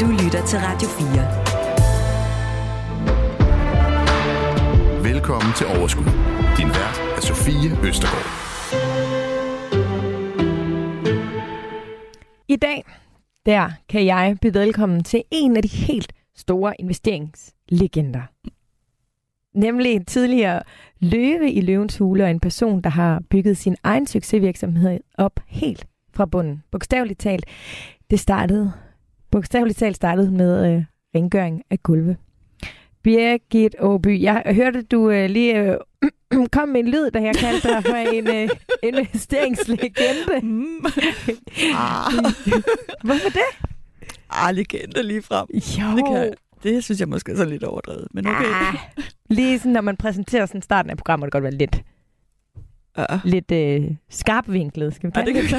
Du lytter til Radio 4. Velkommen til Overskud. Din vært er Sofie Østergaard. I dag, der kan jeg byde velkommen til en af de helt store investeringslegender. Nemlig tidligere løve i Løvens Hule og en person, der har bygget sin egen succesvirksomhed op helt fra bunden. Bogstaveligt talt startede med rengøring af gulve. Birgit Åby, jeg hørte, du lige kom med en lyd, da jeg kaldte dig for en investeringslegende. Hvorfor det? Legende lige frem. Det synes jeg måske er sådan lidt overdrevet, men okay. Lige sådan, når man præsenterer sådan starten af programmet, må det godt være lidt skarpvinklet, skal vi kalde det.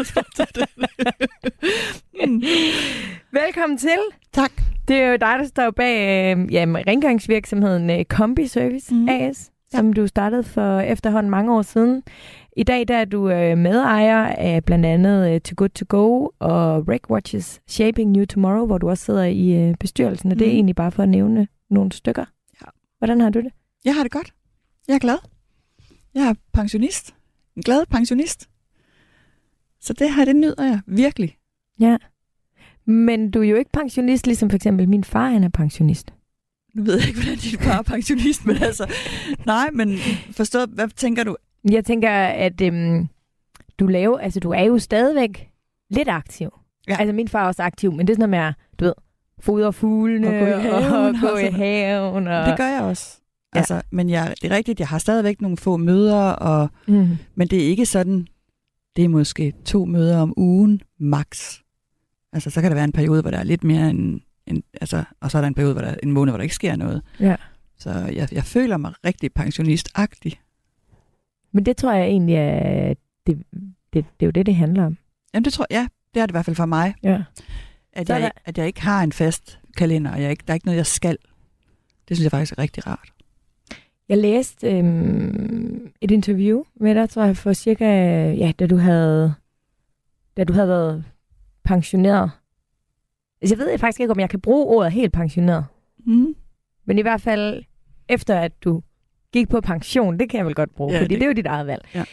Velkommen til. Tak. Det er jo dig, der står bag rengøringsvirksomheden Combi Service AS, som du startede for efterhånden mange år siden. I dag der er du medejer af blandt andet Too Good To Go og RegWatches Shaping New Tomorrow, hvor du også sidder i bestyrelsen, og det er egentlig bare for at nævne nogle stykker. Ja. Hvordan har du det? Jeg har det godt. Jeg er glad. Jeg er pensionist. En glad pensionist. Så det nyder jeg virkelig. Ja. Men du er jo ikke pensionist, ligesom for eksempel min far, han er pensionist. Nu ved jeg ikke, hvordan din far er pensionist, men altså... Nej, men forstået, hvad tænker du? Jeg tænker, at du er jo stadigvæk lidt aktiv. Ja. Altså, min far er også aktiv, men det er sådan noget med, du ved, fodre fuglene og gå i haven. Og... Det gør jeg også. Ja. Altså, men det er rigtigt, jeg har stadigvæk nogle få møder, men det er ikke sådan, det er måske 2 møder om ugen, max. Altså, så kan der være en periode, hvor der er lidt mere og så er der en periode, hvor der er en måned, hvor der ikke sker noget. Ja. Så jeg føler mig rigtig pensionistagtig. Men det tror jeg egentlig, at det er jo det handler om. Jamen, det er det i hvert fald for mig. Ja. At jeg ikke har en fast kalender, og der er ikke noget, jeg skal. Det synes jeg faktisk er rigtig rart. Jeg læste et interview med dig, tror jeg, for cirka, da du havde været pensioneret. Jeg ved faktisk ikke, om jeg kan bruge ordet helt pensioneret. Men i hvert fald, efter at du gik på pension, det kan jeg vel godt bruge, fordi det er jo dit eget valg. Ja.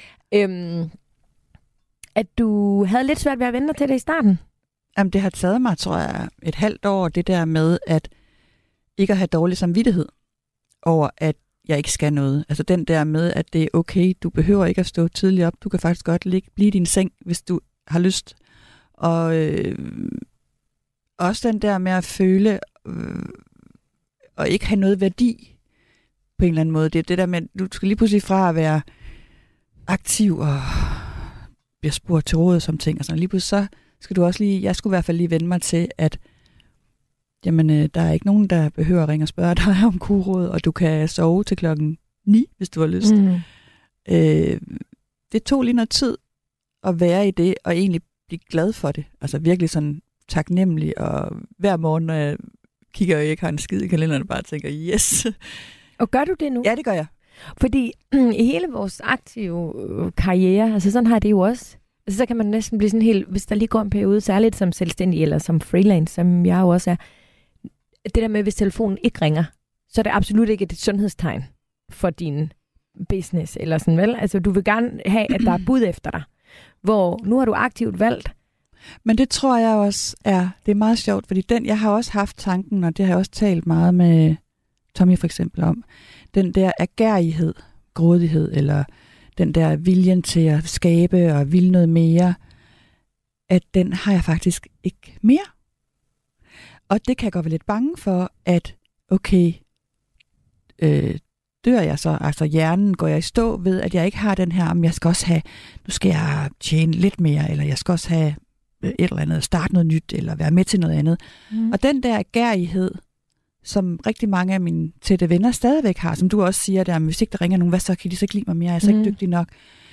At du havde lidt svært ved at vende dig til det i starten. Jamen, det har taget mig, tror jeg, et halvt år, det der med, at ikke at have dårlig samvittighed over, at jeg ikke skal noget. Altså den der med, at det er okay, du behøver ikke at stå tidligt op. Du kan faktisk godt blive i din seng, hvis du har lyst. Og også den der med at føle og ikke have noget værdi på en eller anden måde. Det er det der med, du skal lige pludselig fra at være aktiv og bliver spurgt til råd som ting. Og sådan. Lige pludselig så skal du også jeg skulle i hvert fald lige vende mig til, at jamen, der er ikke nogen, der behøver at ringe og spørge dig om kurråd, og du kan sove til 9, hvis du har lyst. Det tog lige noget tid at være i det, og egentlig blive glad for det. Altså virkelig sådan taknemmelig, og hver morgen, når jeg kigger og ikke har en skid i kalenderen, bare tænker, yes. Og gør du det nu? Ja, det gør jeg. Fordi i hele vores aktive karriere, altså sådan har det jo også. Altså så kan man næsten blive sådan helt, hvis der lige går en periode, særligt som selvstændig eller som freelance, som jeg jo også er, det der med, hvis telefonen ikke ringer, så er det absolut ikke et sundhedstegn for din business eller sådan, vel? Altså du vil gerne have, at der er bud efter dig, hvor nu har du aktivt valgt. Men det tror jeg også det er meget sjovt, fordi jeg har også haft tanken, og det har jeg også talt meget med Tommy for eksempel om, den der agerighed, grådighed, eller den der viljen til at skabe og ville noget mere, at den har jeg faktisk ikke mere. Og det kan jeg godt være lidt bange for, at okay, dør jeg så, altså hjernen går jeg i stå ved, at jeg ikke har den her, om jeg skal også have, nu skal jeg tjene lidt mere, eller jeg skal også have et eller andet, starte noget nyt, eller være med til noget andet. Og den der agerighed, som rigtig mange af mine tætte venner stadigvæk har, som du også siger, der hvis ikke der ringer nogen, hvad så kan de så ikke lide mig mere, jeg er så ikke dygtig nok.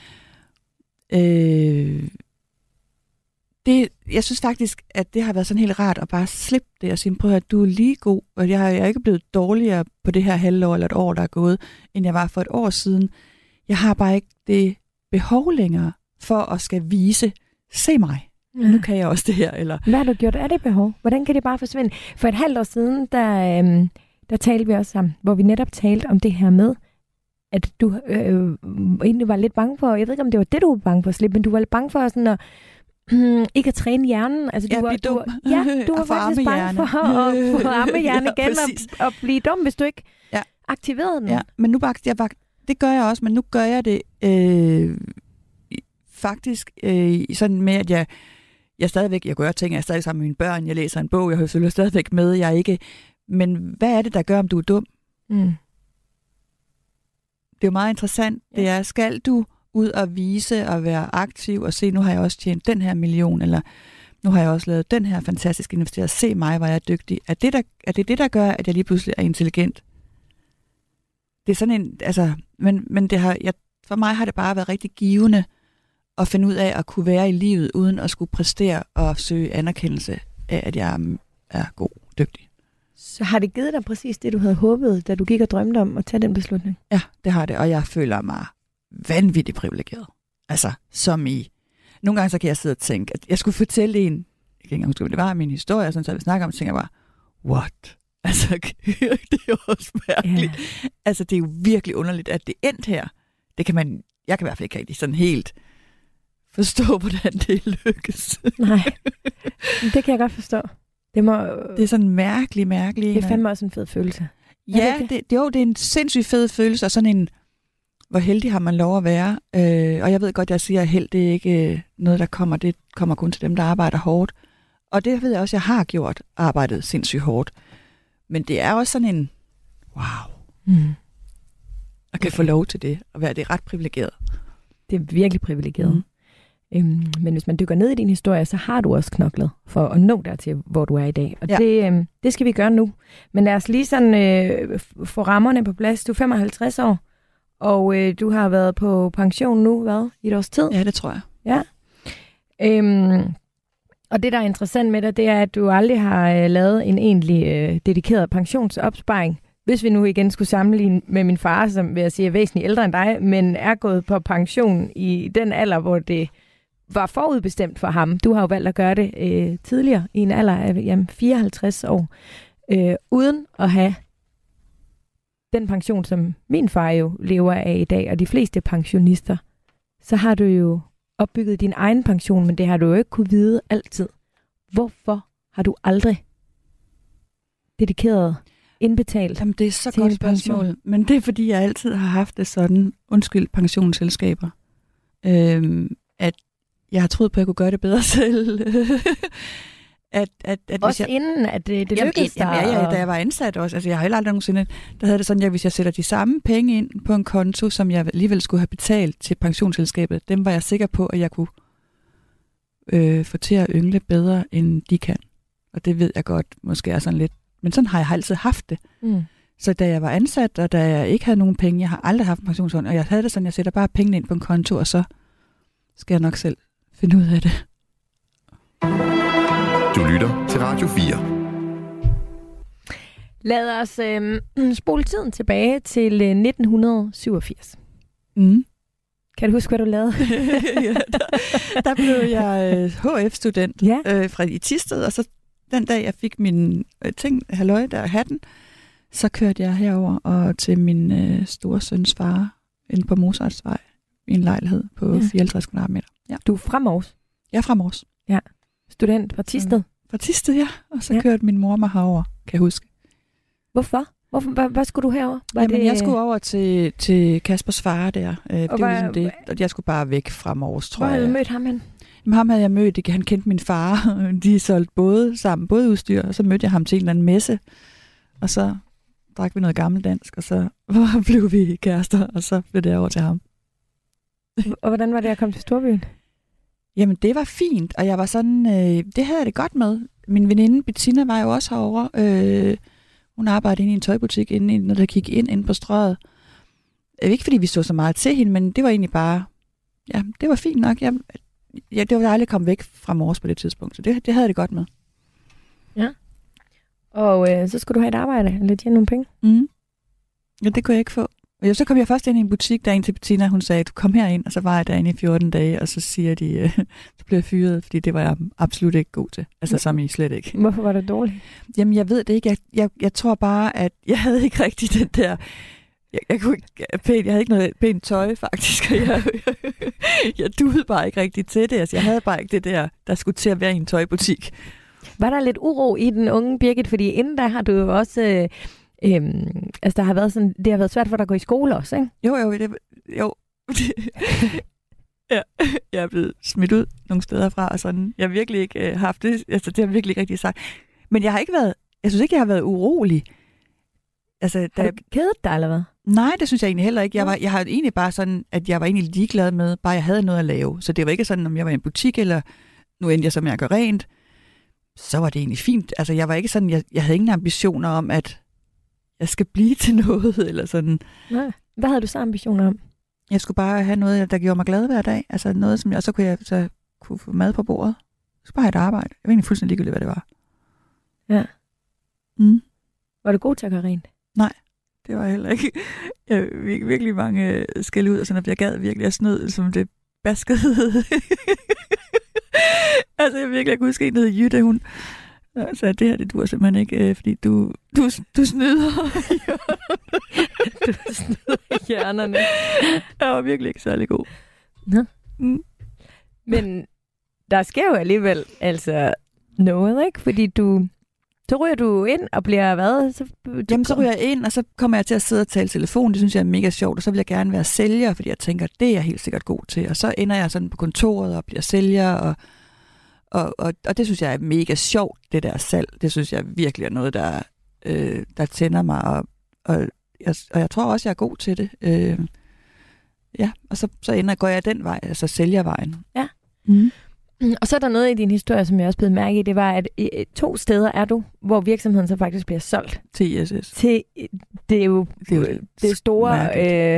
Jeg synes faktisk, at det har været sådan helt rart at bare slippe det og sige, prøv at du er lige god, og jeg er ikke blevet dårligere på det her halvår eller et år, der er gået, end jeg var for et år siden. Jeg har bare ikke det behov længere for at skal vise, se mig. nu kan jeg også det her. Eller... Hvad har du gjort af det behov? Hvordan kan det bare forsvinde? For et halvt år siden, der talte vi også sammen, hvor vi netop talte om det her med, at du egentlig var lidt bange for, jeg ved ikke, om det var det, du var bange for at slippe, men du var lidt bange for sådan at ikke at træne hjernen. Altså, du var faktisk bange for at få ammehjernen igen og blive dum, hvis du ikke aktiverede den. Ja, men nu det gør jeg også, men nu gør jeg det faktisk sådan med, at jeg stadigvæk, jeg gør ting, jeg er stadig sammen med mine børn, jeg læser en bog, jeg følger stadigvæk med, jeg er ikke... Men hvad er det, der gør, om du er dum? Mm. Det er jo meget interessant. Ja. Det er, skal du ud og vise og være aktiv og se, nu har jeg også tjent den her million, eller nu har jeg også lavet den her fantastiske investering. Se mig, hvor jeg er dygtig. Er det det, der gør, at jeg lige pludselig er intelligent? Det er sådan en... Altså, men det har, for mig har det bare været rigtig givende at finde ud af at kunne være i livet, uden at skulle præstere og søge anerkendelse af, at jeg er god, dygtig. Så har det givet dig præcis det, du havde håbet, da du gik og drømte om at tage den beslutning? Ja, det har det, og jeg føler mig vanvittigt privilegeret. Altså, som i... Nogle gange så kan jeg sidde og tænke, at jeg skulle fortælle en... Jeg kan ikke engang huske, det var min historie, sådan, så vi snakker om, så tænker jeg bare, what? Altså, det er jo også mærkeligt. Yeah. Altså, det er jo virkelig underligt, at det endte her. Det kan man... Jeg kan i hvert fald ikke rigtig sådan helt forstå, hvordan det lykkes. Nej, det kan jeg godt forstå. Det er sådan mærkelig. Det er fandme også en fed følelse. Ja, det er en sindssygt fed følelse, og sådan en, hvor heldig har man lov at være. Og jeg ved godt, jeg siger, at held, det er ikke noget, der kommer. Det kommer kun til dem, der arbejder hårdt. Og det ved jeg også, jeg har gjort, arbejdet sindssygt hårdt. Men det er også sådan en, wow. Og kan få lov til det, og være det ret privilegeret. Det er virkelig privilegeret. Men hvis man dykker ned i din historie, så har du også knoklet for at nå dertil, hvor du er i dag. Og det skal vi gøre nu. Men lad os lige sådan få rammerne på plads. Du er 55 år, og du har været på pension nu, hvad? I et års tid? Ja, det tror jeg. Ja. Og det, der er interessant med dig, det er, at du aldrig har lavet en egentlig dedikeret pensionsopsparing. Hvis vi nu igen skulle sammenligne med min far, som vil jeg sige er væsentligt ældre end dig, men er gået på pension i den alder, hvor det var forudbestemt for ham. Du har jo valgt at gøre det tidligere, i en alder af 54 år, uden at have den pension, som min far jo lever af i dag, og de fleste pensionister. Så har du jo opbygget din egen pension, men det har du jo ikke kunne vide altid. Hvorfor har du aldrig dedikeret indbetalt? Jamen, det er så godt spørgsmål, men det er, fordi jeg altid har haft det sådan, pensionsselskaber, at jeg har troet på, at jeg kunne gøre det bedre selv. Også inden, at det lykkedes dig? Ja, da jeg var ansat også. Altså, jeg har heller aldrig nogensinde... Der havde det sådan, at hvis jeg sætter de samme penge ind på en konto, som jeg alligevel skulle have betalt til pensionsselskabet, dem var jeg sikker på, at jeg kunne få til at yngle bedre, end de kan. Og det ved jeg godt, måske er sådan lidt... Men sådan har jeg altid haft det. Så da jeg var ansat, og da jeg ikke havde nogen penge, jeg har aldrig haft en pensionsfond, og jeg havde det sådan, jeg sætter bare pengene ind på en konto, og så skal jeg nok selv finde ud af det. Du lytter til Radio 4. Lad os spole tiden tilbage til 1987. Kan du huske, hvad du lavede? Ja, der blev jeg HF-student fra i Thisted, og så den dag, jeg fik min halløj, der hatten, så kørte jeg herover og til min store søns far inde på Mozartsvej i en lejlighed på 54 kvadratmeter. Ja. Du er fra Mors? Jeg er fra Mors. Ja. Student fra Thisted? Fra Thisted, ja. Og så kørte min mor mig herover, kan jeg huske. Hvorfor? Hvad skulle du herover? Jeg skulle over til Kaspers far der. Det var ligesom det. Og jeg skulle bare væk fra Mors, tror jeg. Hvor havde du mødt ham hen? Ham havde jeg mødt. Han kendte min far. De solgte bådudstyr, og så mødte jeg ham til en eller anden messe. Og så drak vi noget gammeldansk, og så blev vi kærester, og så blev det over til ham. Og hvordan var det at komme til Storbyen? Jamen, det var fint, og jeg var sådan, det havde jeg det godt med. Min veninde Bettina var jo også herovre. Hun arbejdede inde i en tøjbutik, når der kiggede ind på Strøget. Ikke fordi vi så så meget til hende, men det var egentlig bare, ja, det var fint nok. Det var dejligt at komme væk fra Mors på det tidspunkt, så det havde jeg det godt med. Ja. Og så skulle du have et arbejde, eller tjene nogle penge? Ja, det kunne jeg ikke få. Og så kom jeg først ind i en butik, der ind til Bettina, hun sagde, du kom herind, og så var jeg derinde i 14 dage, og så siger de, så blev jeg fyret, fordi det var jeg absolut ikke god til. Altså som I slet ikke. Hvorfor var det dårligt? Jamen, jeg ved det ikke. Jeg tror bare, at jeg havde ikke rigtig den der... Jeg havde ikke noget pænt tøj, faktisk. Jeg duede bare ikke rigtig til det. Altså, jeg havde bare ikke det der skulle til at være i en tøjbutik. Var der lidt uro i den unge Birgit? Fordi inden der har du jo også... altså, der har været sådan, det har været svært for dig at gå i skole også, ikke? Jo. Ja, jeg er blevet smidt ud nogle steder fra, og sådan. Jeg har virkelig ikke haft det. Altså, det har jeg virkelig ikke rigtig sagt. Men jeg har ikke været... Jeg synes ikke, jeg har været urolig. Altså, har du kedet dig, eller hvad? Nej, det synes jeg egentlig heller ikke. Jeg har egentlig bare sådan, at jeg var egentlig ligeglad med, bare jeg havde noget at lave. Så det var ikke sådan, om jeg var i en butik, eller nu endte jeg som jeg gør rent, så var det egentlig fint. Altså, jeg var ikke sådan, jeg havde ingen ambitioner om, at jeg skal blive til noget, eller sådan. Nej. Hvad havde du så ambitioner om? Jeg skulle bare have noget, der gjorde mig glad hver dag. Altså noget, som jeg så kunne få mad på bordet. Så bare have et arbejde. Jeg var egentlig fuldstændig ligegyldigt, hvad det var. Ja. Mm. Var du god til at gøre rent? Nej, det var jeg heller ikke. Jeg fik virkelig mange skæld ud, og sådan, at jeg gad virkelig at snød, som det baskede. Altså, jeg virkelig kunne huske en, der hed Jytte, hun sagde, det her, det duer simpelthen ikke, fordi du snyder. Du snyder i hjørnerne. Jeg var virkelig ikke særlig god. Nå. Mm. Men der sker jo alligevel altså noget, ikke? Fordi så ryger du ind og bliver hvad? Så ryger jeg ind, og så kommer jeg til at sidde og tale telefon. Det synes jeg er mega sjovt, og så vil jeg gerne være sælger, fordi jeg tænker, det er jeg helt sikkert god til. Og så ender jeg sådan på kontoret og bliver sælger, og det synes jeg er mega sjovt, det der salg. Det synes jeg virkelig er noget, der tænder mig, og jeg tror også, jeg er god til det. Ja, og så går jeg den vej, altså sælgervejen. Ja. Mm. Og så er der noget i din historie, som jeg også blev mærke i, det var, at 2 steder er du, hvor virksomheden så faktisk bliver solgt. Til ISS. Det er jo det store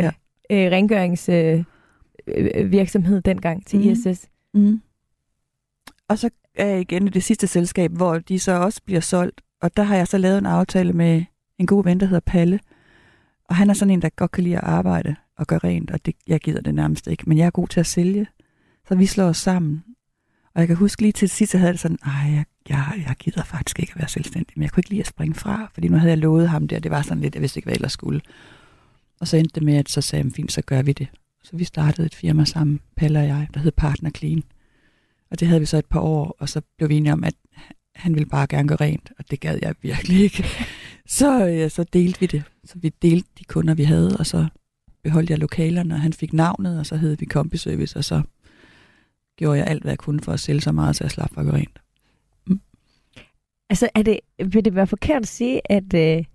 rengøringsvirksomhed dengang til ISS. Mm. Og så er jeg igen i det sidste selskab, hvor de så også bliver solgt. Og der har jeg så lavet en aftale med en god ven, der hedder Palle. Og han er sådan en, der godt kan lide at arbejde og gøre rent, og jeg gider det nærmest ikke. Men jeg er god til at sælge, så vi slår os sammen. Og jeg kan huske lige til sidst, jeg havde det sådan, jeg gider faktisk ikke at være selvstændig, men jeg kunne ikke lide at springe fra, fordi nu havde jeg lovet ham det, og det var sådan lidt, jeg vidste ikke, hvad jeg ellers skulle. Og så endte det med, at så sagde jeg, fint, så gør vi det. Så vi startede et firma sammen, Palle og jeg, der hed Partner Clean. Og det havde vi så et par år, og så blev vi enige om, at han ville bare gerne gøre rent, og det gad jeg virkelig ikke. Så delte vi det. Så vi delte de kunder, vi havde, og så beholdt jeg lokalerne, og han fik navnet, og så hed vi Kombiservice, og så gjorde jeg alt, hvad jeg kunne for at sælge så meget, så jeg slap for at gøre rent. Mm. Altså, vil det være forkert at sige, at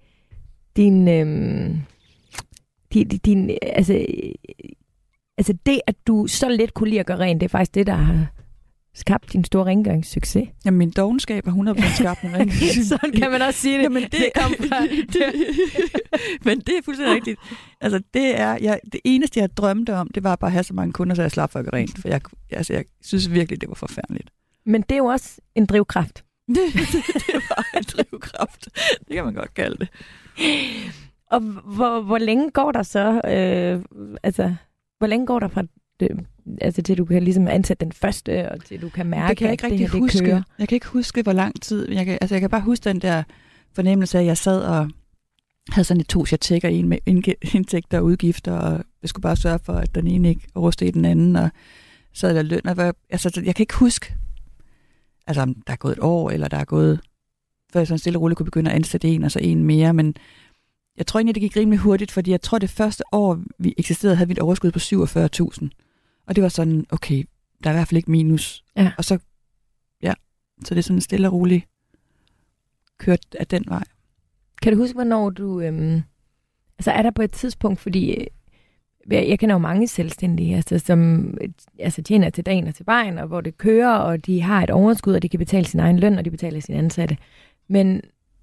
altså det, at du så let kunne lide at gøre rent, det er faktisk det, der har skabt din store rengøringssucces? Jamen, min dovenskab har 100% skabt en rengøringssucces. Sådan kan man også sige det. Jamen, det kom fra. Men det er fuldstændig rigtigt. Altså, det eneste, jeg drømte om, det var bare at have så mange kunder, så jeg slap for at gøre rent. For jeg synes virkelig, det var forfærdeligt. Men det er jo også en drivkraft. det var en drivkraft. Det kan man godt kalde det. Og hvor længe går der så? Hvor længe går der fra til du kan ligesom ansætte den første, og til du kan mærke, det kan jeg ikke rigtig huske. Kører? Jeg kan ikke huske, hvor lang tid. Jeg kan bare huske den der fornemmelse af, at jeg sad og havde sådan et 2, jeg tjekker en med indtægter og udgifter, og jeg skulle bare sørge for, at den ene ikke oversteg den anden, og sad der løn. Jeg kan ikke huske, altså om der er gået et år, eller der er gået, før jeg sådan stille og roligt kunne begynde at ansætte en, og så en mere, men jeg tror egentlig, det gik rimelig hurtigt, fordi jeg tror, det første år, vi eksisterede, havde vi et overskud på 47.000. Og det var sådan, okay, der er i hvert fald ikke minus. Ja. Og så, så det er sådan stille og roligt kørt af den vej. Kan du huske, hvornår du... er der på et tidspunkt, fordi jeg kender jo mange selvstændige, som tjener til dagen og til vejen, og hvor det kører, og de har et overskud, og de kan betale sin egen løn, og de betaler sine ansatte. Men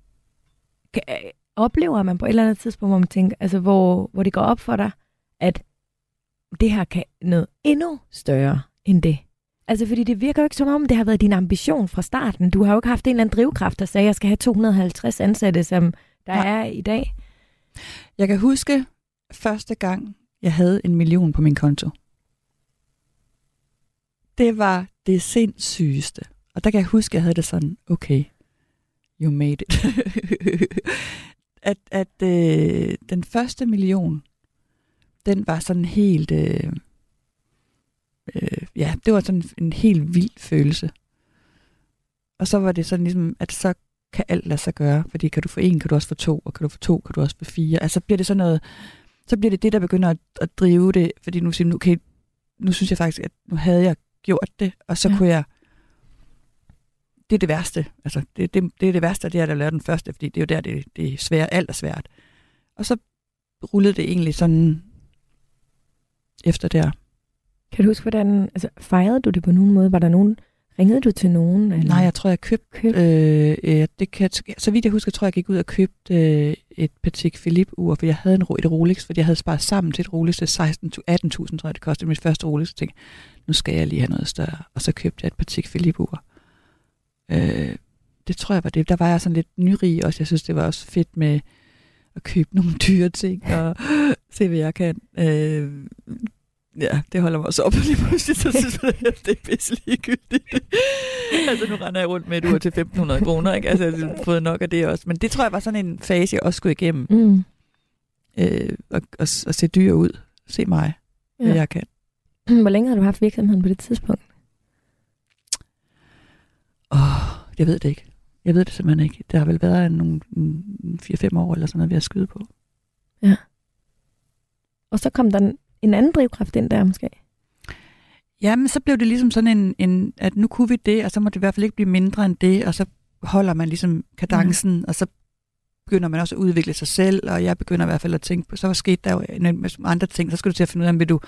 oplever man på et eller andet tidspunkt, hvor man tænker, hvor det går op for dig, at det her kan noget endnu større end det? Altså, fordi det virker jo ikke som om, det har været din ambition fra starten. Du har jo ikke haft en eller anden drivkraft, der sagde, at jeg skal have 250 ansatte, som der er i dag. Jeg kan huske, første gang, jeg havde 1 million på min konto. Det var det sindssygeste. Og der kan jeg huske, at jeg havde det sådan, okay, you made it. at den første million, den var sådan helt, det var sådan en helt vild følelse. Og så var det sådan ligesom, at så kan alt lade sig gøre, fordi kan du få 1, kan du også få 2, og kan du få 2, kan du også få 4. Altså bliver det sådan noget, så bliver det, der begynder at drive det, fordi nu synes jeg faktisk, at nu havde jeg gjort det, og så kunne jeg, det er det værste, altså det er det værste, det er at lave den første, fordi det er jo der, det er svært, alt er svært. Og så rullede det egentlig sådan efter der. Kan du huske, hvordan, altså fejrede du det på nogen måde? Var der nogen, ringede du til nogen? Eller? Nej, jeg tror, jeg købte, så vidt jeg husker, tror jeg gik ud og købte et Patek Philippe-ur, for jeg havde et Rolex, fordi jeg havde sparet sammen til et Rolex til 18.000, tror jeg, det kostede mit første Rolex. Jeg tænkte, nu skal jeg lige have noget større. Og så købte jeg et Patek Philippe-ur. Det tror jeg var det. Der var jeg sådan lidt nyrig også. Jeg synes, det var også fedt med at købe nogle dyre ting og se, hvad jeg kan. Ja, det holder mig også op lige pludselig, så synes jeg, at det er pisse ligegyldigt. Altså, nu render jeg rundt med et ur til 1.500 kroner, ikke? Altså, jeg har fået nok af det også. Men det tror jeg var sådan en fase, jeg også skulle igennem. Og se dyr ud. Se mig, hvad jeg kan. Hvor længe har du haft virksomheden på det tidspunkt? Jeg ved det ikke. Jeg ved det simpelthen ikke. Det har vel været nogle 4-5 år eller sådan noget, vi har skyde på. Ja. Og så kom der en anden drivkraft ind der måske? Jamen, så blev det ligesom sådan en at nu kunne vi det, og så må det i hvert fald ikke blive mindre end det, og så holder man ligesom kadencen, og så begynder man også at udvikle sig selv, og jeg begynder i hvert fald at tænke på, så var sket der jo andre ting, så skal du til at finde ud af, vil du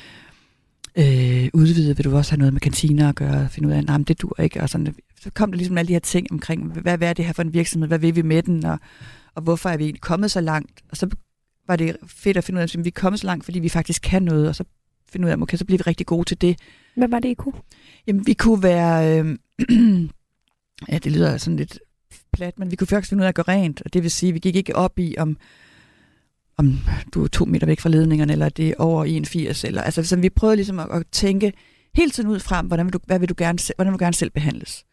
udvide, vil du også have noget med kantiner at gøre, finde ud af, nej, det dur ikke, og sådan. Så kom der ligesom alle de her ting omkring, hvad er det her for en virksomhed, hvad vil vi med den, og hvorfor er vi egentlig kommet så langt, og så var det fedt at finde ud af, at vi er kommet så langt, fordi vi faktisk kan noget, og så finde ud af, okay, så bliver vi rigtig gode til det. Hvad var det, I kunne? Jamen, vi kunne være, ja, det lyder sådan lidt plat, men vi kunne faktisk finde ud af at gøre rent, og det vil sige, at vi gik ikke op i, om du er 2 meter væk fra ledningerne, eller det er over 81, eller altså så vi prøvede ligesom at tænke hele tiden ud frem, hvordan vil du gerne selv behandles.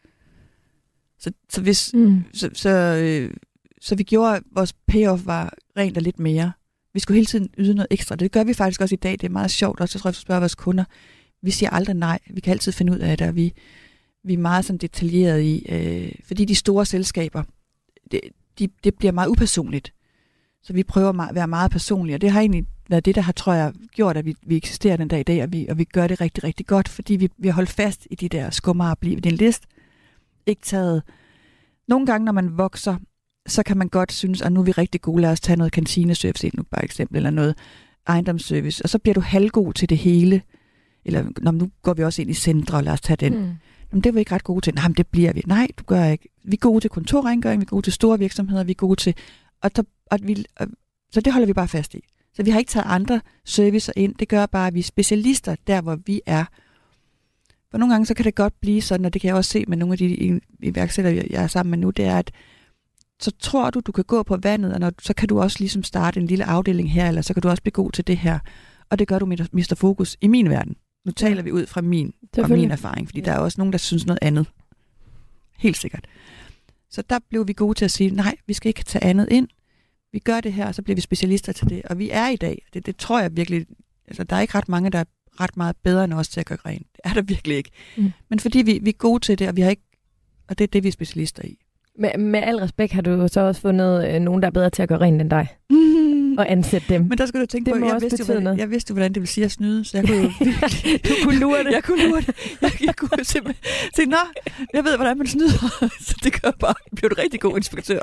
Så vi gjorde, at vores payoff var rent og lidt mere. Vi skulle hele tiden yde noget ekstra. Det gør vi faktisk også i dag. Det er meget sjovt også, jeg tror, jeg spørger vores kunder. Vi siger aldrig nej. Vi kan altid finde ud af det, og vi er meget sådan detaljeret i, fordi de store selskaber, det bliver meget upersonligt. Så vi prøver at være meget personlige, og det har egentlig været det, der har, tror jeg, gjort, at vi eksisterer den dag i dag, og vi gør det rigtig, rigtig godt, fordi vi har holdt fast i de der skummer og blive ved din list. Ikke taget. Nogle gange, når man vokser, så kan man godt synes, at nu er vi rigtig gode, lad os tage noget kantineservice, nu bare eksempel, eller noget ejendomsservice, og så bliver du halvgod til det hele, eller nu går vi også ind i centre, og lad os tage den. Men det er vi ikke ret gode til. Nej, men det bliver vi. Nej, du gør ikke. Vi er gode til kontorrengøring, vi er gode til store virksomheder, vi er gode til, så det holder vi bare fast i. Så vi har ikke taget andre servicer ind, det gør bare, at vi er specialister der, hvor vi er. For nogle gange, så kan det godt blive sådan, og det kan jeg også se med nogle af de iværksættere, jeg er sammen med nu, det er, at så tror du kan gå på vandet, og så kan du også ligesom starte en lille afdeling her, eller så kan du også blive god til det her. Og det gør du mister fokus i min verden. Nu taler vi ud fra min erfaring, fordi der er også nogen, der synes noget andet. Helt sikkert. Så der blev vi gode til at sige, nej, vi skal ikke tage andet ind. Vi gør det her, og så bliver vi specialister til det. Og vi er i dag. Det tror jeg virkelig, altså der er ikke ret mange, der er ret meget bedre end os til at gøre rent. Det er der virkelig ikke. Men fordi vi er gode til det, og vi har ikke, og det er det, vi er specialister i. Med al respekt har du så også fundet nogen, der er bedre til at gøre rent end dig. Og ansætte dem. Men der skulle du tænke på, jeg vidste, hvordan det vil sige at snyde, så jeg kunne jo virkelig... Du kunne lure det. Jeg kunne lure det. Jeg kunne simpelthen sige, nå, jeg ved, hvordan man snyder. Så det gør bare, bliver du rigtig god inspektør.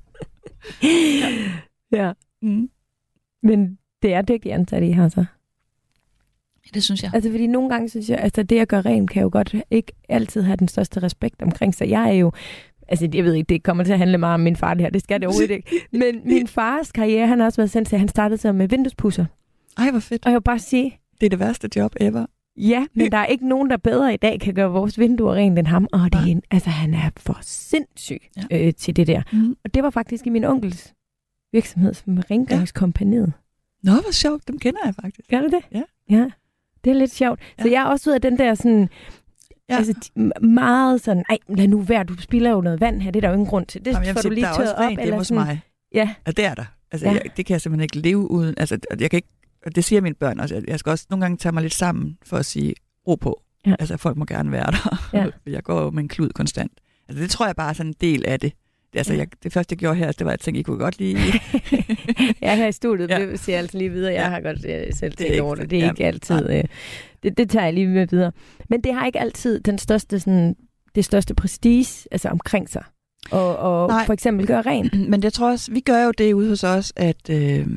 Ja. Men det er dygtige ansatte, I har så. Ja, det synes jeg. Altså, fordi nogle gange synes jeg, altså det at gøre rent kan jo godt ikke altid have den største respekt omkring sig. Jeg er jo, altså jeg ved ikke, det kommer til at handle meget om min far det her, det skal det overhovedet ikke. Men min fars karriere, han har også været sendt til, han startede så med vinduespusser. Ej, hvor fedt. Og jeg vil bare sige... Det er det værste job ever. Ja, men der er ikke nogen, der bedre i dag kan gøre vores vinduer rent end ham. Og det er altså han er for sindssyg til det der. Og det var faktisk i min onkels virksomhed som rengøringskompagniet. Nå, hvor sjovt. Dem kender jeg faktisk. Gør du det? Ja. Ja, det er lidt sjovt. Ja. Så jeg er også ud af den der sådan... Ja. Altså meget sådan, lad nu være, du spilder jo noget vand her, det er der jo ingen grund til. Det får du lige tørret op. Eller hos mig. Ja. Og det er der. Altså, det kan jeg simpelthen ikke leve uden. Altså, jeg kan ikke, og det siger mine børn også. Jeg skal også nogle gange tage mig lidt sammen for at sige, ro på. Ja. Altså, folk må gerne være der. Ja. Jeg går jo med en klud konstant. Altså, det tror jeg bare er sådan en del af det. Det første, jeg gjorde her, det var, at jeg tænkte, I kunne godt lide... Jeg her i studiet, det siger jeg altså lige videre. Jeg har godt selv tænkt over det. Det er ikke altid... Det tager jeg lige med videre. Men det har ikke altid den største, sådan, det største prestige altså omkring sig. Og for eksempel gøre rent. Men jeg tror også, vi gør jo det ude hos os, at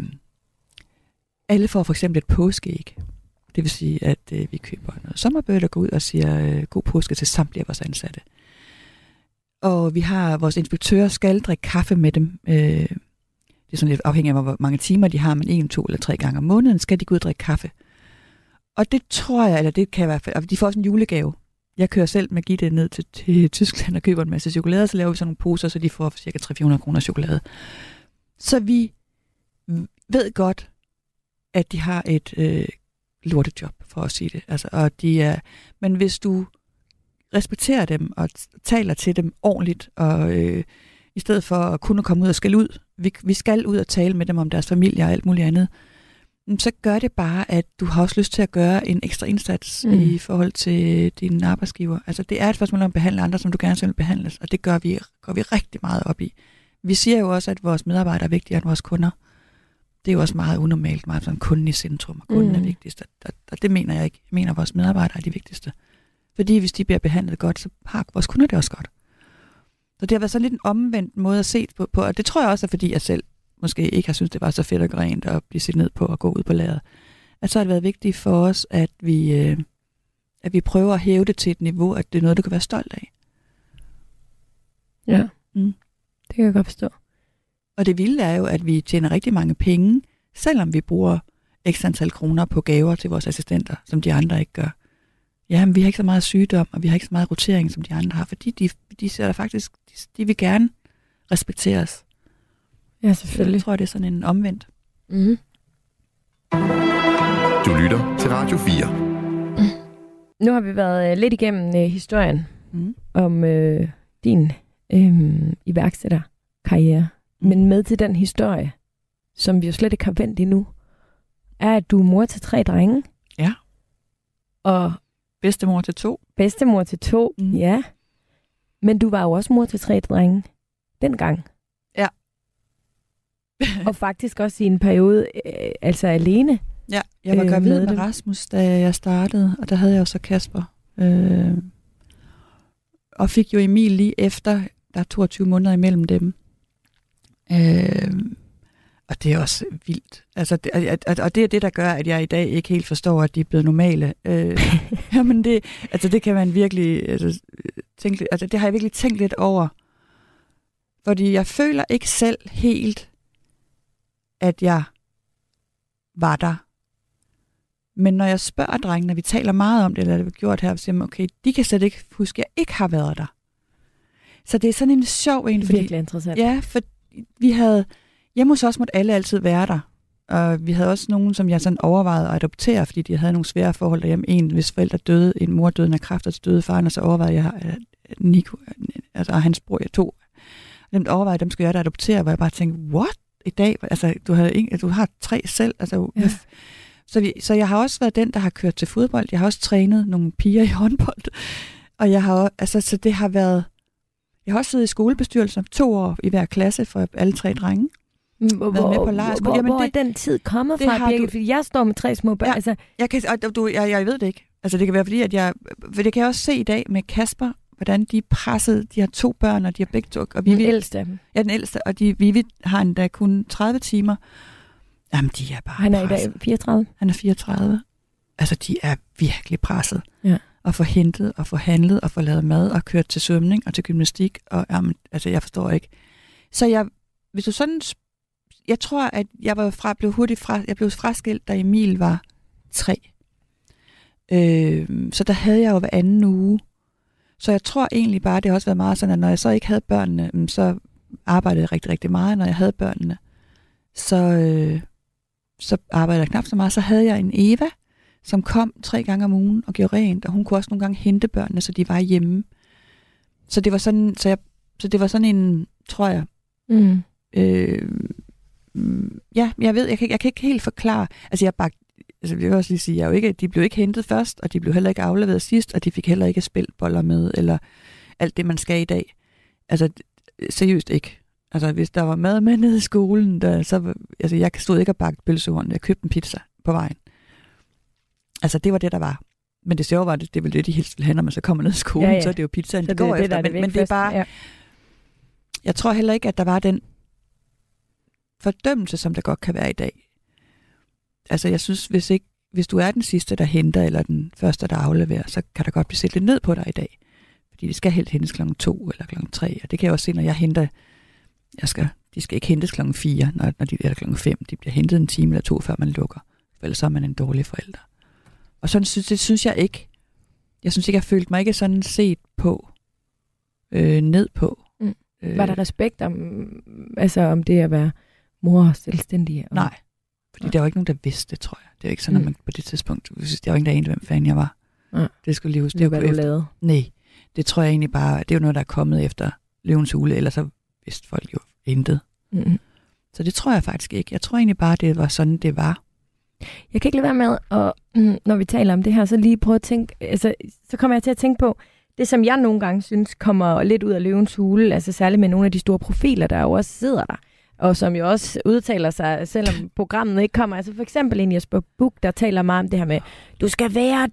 alle får for eksempel et påskeæg. Det vil sige, at vi køber noget sommerbøl og går ud og siger god påske til samtlige af vores ansatte. Og vi har vores inspektører skal drikke kaffe med dem. Det er sådan lidt afhængigt af, hvor mange timer de har, men 1, 2 eller 3 gange om måneden skal de gå ud og drikke kaffe. Og det tror jeg, eller det kan i hvert fald, de får også en julegave. Jeg kører selv med Gitte ned til Tyskland og køber en masse chokolade, så laver vi sådan nogle poser, så de får cirka 300-400 kroner chokolade. Så vi ved godt, at de har et lortejob, for at sige det. Altså, og men hvis du respekterer dem og taler til dem ordentligt, og i stedet for at kunne komme ud og skælde ud, vi skal ud og tale med dem om deres familie og alt muligt andet, så gør det bare, at du har også lyst til at gøre en ekstra indsats i forhold til dine arbejdsgiver. Altså det er et spørgsmål om at behandle andre, som du gerne selv vil behandles, og det går vi rigtig meget op i. Vi siger jo også, at vores medarbejdere er vigtigere end vores kunder. Det er jo også meget unormalt, meget sådan kunden i centrum, og kunden er vigtigst. Og det mener jeg ikke. Jeg mener, at vores medarbejdere er de vigtigste. Fordi hvis de bliver behandlet godt, så har vores kunder det også godt. Så det har været sådan lidt en omvendt måde at se på, og det tror jeg også er, fordi jeg selv måske ikke har syntes, det var så fedt og rent at blive set ned på og gå ud på lageret. At så har det været vigtigt for os, at vi prøver at hæve det til et niveau, at det er noget, du kan være stolt af. Ja, det kan jeg godt forstå. Og det vilde er jo, at vi tjener rigtig mange penge, selvom vi bruger x antal kroner på gaver til vores assistenter, som de andre ikke gør. Ja, men vi har ikke så meget sygdom, og vi har ikke så meget rotering, som de andre har, fordi de ser der faktisk, de vil gerne respektere os. Ja, selvfølgelig. Jeg tror, det er sådan en omvendt. Mm. Du lytter til Radio 4. Nu har vi været lidt igennem historien om din iværksætterkarriere. Men med til den historie, som vi jo slet ikke har vendt endnu, er, at du er mor til 3 drenge. Ja. Og bedstemor til 2. Bedstemor til 2, ja. Men du var jo også mor til 3 drenge dengang. Ja. Og faktisk også i en periode, altså alene. Ja, jeg var gravid med Rasmus, da jeg startede, og der havde jeg jo så Kasper. Og fik jo Emil lige efter, der er 22 måneder imellem dem. Og det er også vildt. Altså, og det er det, der gør, at jeg i dag ikke helt forstår, at de er blevet normale. Jamen det kan man virkelig tænke, altså det har jeg virkelig tænkt lidt over. Fordi jeg føler ikke selv helt, at jeg var der. Men når jeg spørger drengene, når vi taler meget om det, eller det vi har gjort her, så siger man, okay, de kan slet ikke huske, at jeg ikke har været der. Så det er sådan en sjov en. Fordi, virkelig interessant. Ja, for vi havde, hjemme hos os måtte alle altid være der. Og vi havde også nogen, som jeg sådan overvejede at adoptere, fordi de havde nogle svære forhold derhjemme. En, hvis forældre døde, en mor døde af kræft, og så døde faren, og så overvejede jeg, at Nico, altså hans bror, jeg tog. Dem overvejede, dem skulle jeg da adoptere, hvor jeg bare tænkte, what? I dag? Altså, du har 3 selv. Altså, ja. Så jeg har også været den, der har kørt til fodbold. Jeg har også trænet nogle piger i håndbold. Og jeg har så det har været. Jeg har også siddet i skolebestyrelsen 2 år i hver klasse for alle 3 drenge. Hvor er den tid kommet fra, Birgit? Fordi jeg står med 3 små børn. Ja, altså. Jeg ved det ikke. Altså, det kan være fordi, at for det kan jeg også se i dag med Kasper, hvordan de pressede. De har 2 børn, og de har begge 2. Og den ældste af dem. Ja, den ældste. Og Vivi har endda kun 30 timer. Jamen, de er bare Han er presset. I dag 34? Han er 34. Altså, de er virkelig presset. Ja. Og få hentet, og få handlet, og få lavet mad, og kørt til svømning, og til gymnastik. Og jamen, altså, jeg forstår ikke. Så hvis du sådan. Jeg tror, at jeg blev fraskilt, da Emil var 3. Så der havde jeg jo hver anden uge. Så jeg tror egentlig bare, det har også været meget sådan, at når jeg så ikke havde børnene, så arbejdede jeg rigtig, rigtig meget. Når jeg havde børnene, så så arbejdede jeg knap så meget. Så havde jeg en Eva, som kom 3 gange om ugen og gjorde rent, og hun kunne også nogle gange hente børnene, så de var hjemme. Så det var sådan, så det var sådan en, tror jeg. Jeg ved, jeg kan ikke helt forklare. Altså jeg vil også lige sige, de blev ikke hentet først, og de blev heller ikke afleveret sidst, og de fik heller ikke spilboller med, eller alt det, man skal i dag. Altså, seriøst ikke. Altså, hvis der var mad med nede i skolen, jeg stod ikke og bagte pølsehorn. Jeg købte en pizza på vejen. Altså, det var det, der var. Men det sjove var, det er vel det, de helst vil have, når man så kommer ned i skolen, så er det jo pizzaen, de går efter. Men det er bare... Ja. Jeg tror heller ikke, at der var den fordømmelse, som der godt kan være i dag. Altså, jeg synes, hvis du er den sidste, der henter, eller den første, der afleverer, så kan der godt blive set lidt ned på dig i dag. Fordi det skal helt hentes klokken 2 eller klokken 3, og det kan jeg også se, når jeg henter... De skal ikke hentes klokken 4, når de er klokken 5. De bliver hentet en time eller 2, før man lukker. For ellers så er man en dårlig forælder. Og sådan synes jeg ikke. Jeg synes ikke, jeg følte mig ikke sådan set på, ned på. Var der respekt om det at være mor og selvstændig? Nej, fordi der var ikke nogen, der vidste det, tror jeg. Det er ikke sådan, at man på det tidspunkt, der var ingen, der anede, hvem fanden jeg var. Det skulle lige huske. Det var, hvad du lavede. Nej, det tror jeg egentlig bare, det er jo noget, der er kommet efter Løvens Hule, ellers så vidste folk jo intet. Så det tror jeg faktisk ikke. Jeg tror egentlig bare, det var sådan, det var. Jeg kan ikke lade være med, og når vi taler om det her, så lige prøve at tænke, altså, så kommer jeg til at tænke på, det som jeg nogle gange synes kommer lidt ud af Løvens Hule, altså særligt med nogle af de store profiler, der jo også sidder der, og som jo også udtaler sig, selvom programmet ikke kommer. Altså for eksempel en Jesper Buch, der taler meget om det her med, du skal være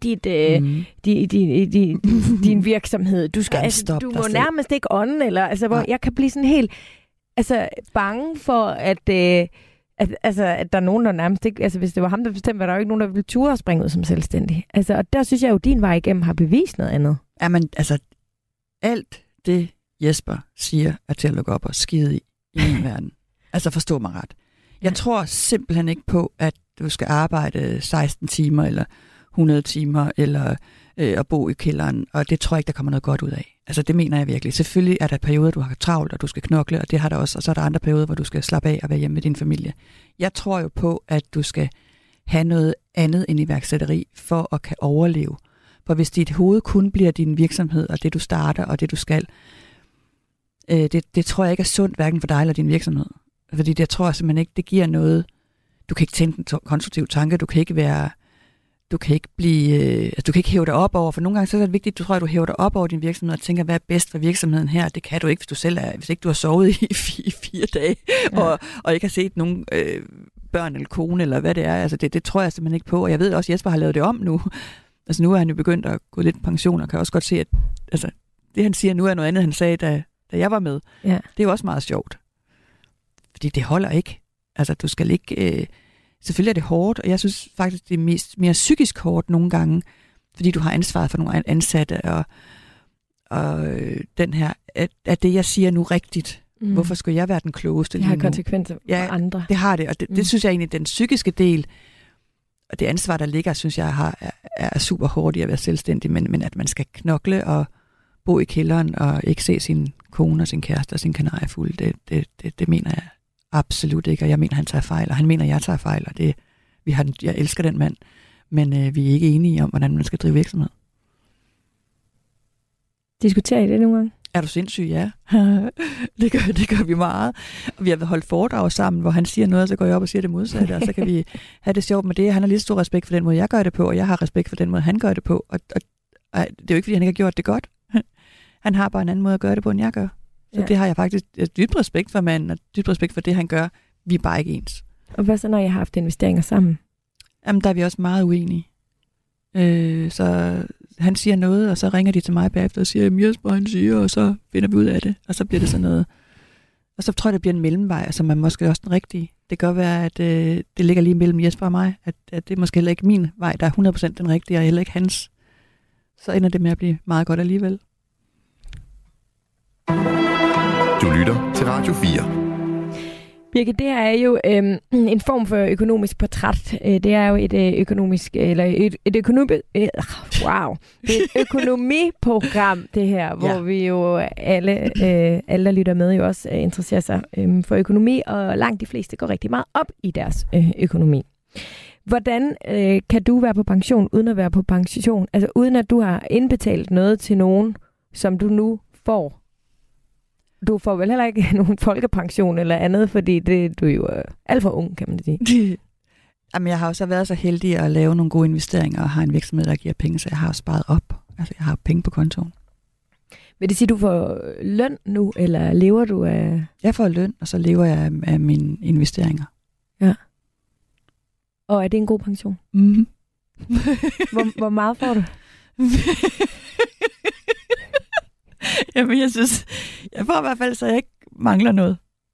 din virksomhed. Du skal, du må nærmest ikke ånde, eller altså hvor jeg kan blive sådan helt bange for, at der er nogen, der nærmest ikke... Altså, hvis det var ham, der bestemte, var der jo ikke nogen, der ville ture og springe ud som selvstændig. Altså, og der synes jeg jo, din vej igennem har bevist noget andet. Jamen, altså, alt det, Jesper siger, er til at lukke op og skide i min verden. Altså, forstå mig ret. Jeg tror simpelthen ikke på, at du skal arbejde 16 timer, eller 100 timer, eller at bo i kælderen, og det tror jeg ikke, der kommer noget godt ud af. Altså, det mener jeg virkelig. Selvfølgelig er der perioder, du har travlt, og du skal knokle, og det har der også, og så er der andre perioder, hvor du skal slappe af og være hjemme med din familie. Jeg tror jo på, at du skal have noget andet end iværksætteri, for at kan overleve. For hvis dit hoved kun bliver din virksomhed, og det du starter, og det du skal, det tror jeg ikke er sundt, hverken for dig eller din virksomhed. Fordi det tror jeg simpelthen ikke, det giver noget. Du kan ikke tænke en konstruktiv tanke, du kan ikke hæve dig op over, for nogle gange så er det vigtigt, du hæver dig op over din virksomhed og tænker, hvad er bedst for virksomheden her? Det kan du ikke, hvis ikke du har sovet i 4 dage, og ikke har set nogen børn eller kone, eller hvad det er. Altså det tror jeg simpelthen ikke på, og jeg ved også, at Jesper har lavet det om nu. Altså nu er han jo begyndt at gå lidt i pension, og kan også godt se, at altså, det han siger nu er noget andet, han sagde, da jeg var med. Ja. Det er jo også meget sjovt. Fordi det holder ikke. Altså du skal ikke... Selvfølgelig er det hårdt, og jeg synes faktisk, det er mere psykisk hårdt nogle gange, fordi du har ansvaret for nogle ansatte, og den her, er det, jeg siger nu rigtigt? Hvorfor skulle jeg være den klogeste lige nu? Det har konsekvenser for andre. Det har det, og det synes jeg egentlig, den psykiske del, og det ansvar, der ligger, synes jeg er super hårdt i at være selvstændig, men at man skal knokle og bo i kælderen, og ikke se sin kone og sin kæreste og sin kanariefugl, det mener jeg absolut ikke, og jeg mener, han tager fejl, og han mener, jeg tager fejl, og jeg elsker den mand, men vi er ikke enige om, hvordan man skal drive virksomhed. Diskuterer I det nogle gange? Er du sindssyg? Ja. det gør vi meget. Og vi har holdt foredrag sammen, hvor han siger noget, og så går jeg op og siger det modsatte, og så kan vi have det sjovt med det. Han har lige stor respekt for den måde, jeg gør det på, og jeg har respekt for den måde, han gør det på, og det er jo ikke, fordi han ikke har gjort det godt. Han har bare en anden måde at gøre det på, end jeg gør. Så det har jeg faktisk dybt respekt for manden, og dybt respekt for det, han gør. Vi er bare ikke ens. Og hvad så, når I har haft investeringer sammen? Jamen, der er vi også meget uenige. Så han siger noget, og så ringer de til mig bagefter og siger, at Jesper, han siger, og så finder vi ud af det. Og så bliver det sådan noget. Og så tror jeg, det bliver en mellemvej, og som er måske også den rigtige. Det kan godt være, at det ligger lige mellem Jesper og mig, at det er måske heller ikke min vej, der er 100% den rigtige, og heller ikke hans. Så ender det med at blive meget godt alligevel. Du lytter til Radio 4. Birgit, det er jo en form for økonomisk portræt. Det er jo et økonomisk, eller et økonomiprogram, det her, hvor vi jo alle, der lytter med, jo også interesserer sig for økonomi, og langt de fleste går rigtig meget op i deres økonomi. Hvordan kan du være på pension, uden at være på pension? Altså uden at du har indbetalt noget til nogen, som du nu får? Du får vel heller ikke nogen folkepension eller andet, fordi du er jo alt for ung, kan man sige. Jamen, jeg har jo så været så heldig at lave nogle gode investeringer og har en virksomhed, der giver penge, så jeg har sparet op. Altså, jeg har penge på kontoen. Vil det sige, du får løn nu, eller lever du af... Jeg får løn, og så lever jeg af mine investeringer. Ja. Og er det en god pension? Mm-hmm. Hvor meget får du? Jamen, jeg synes, jeg får i hvert fald, så jeg ikke mangler noget.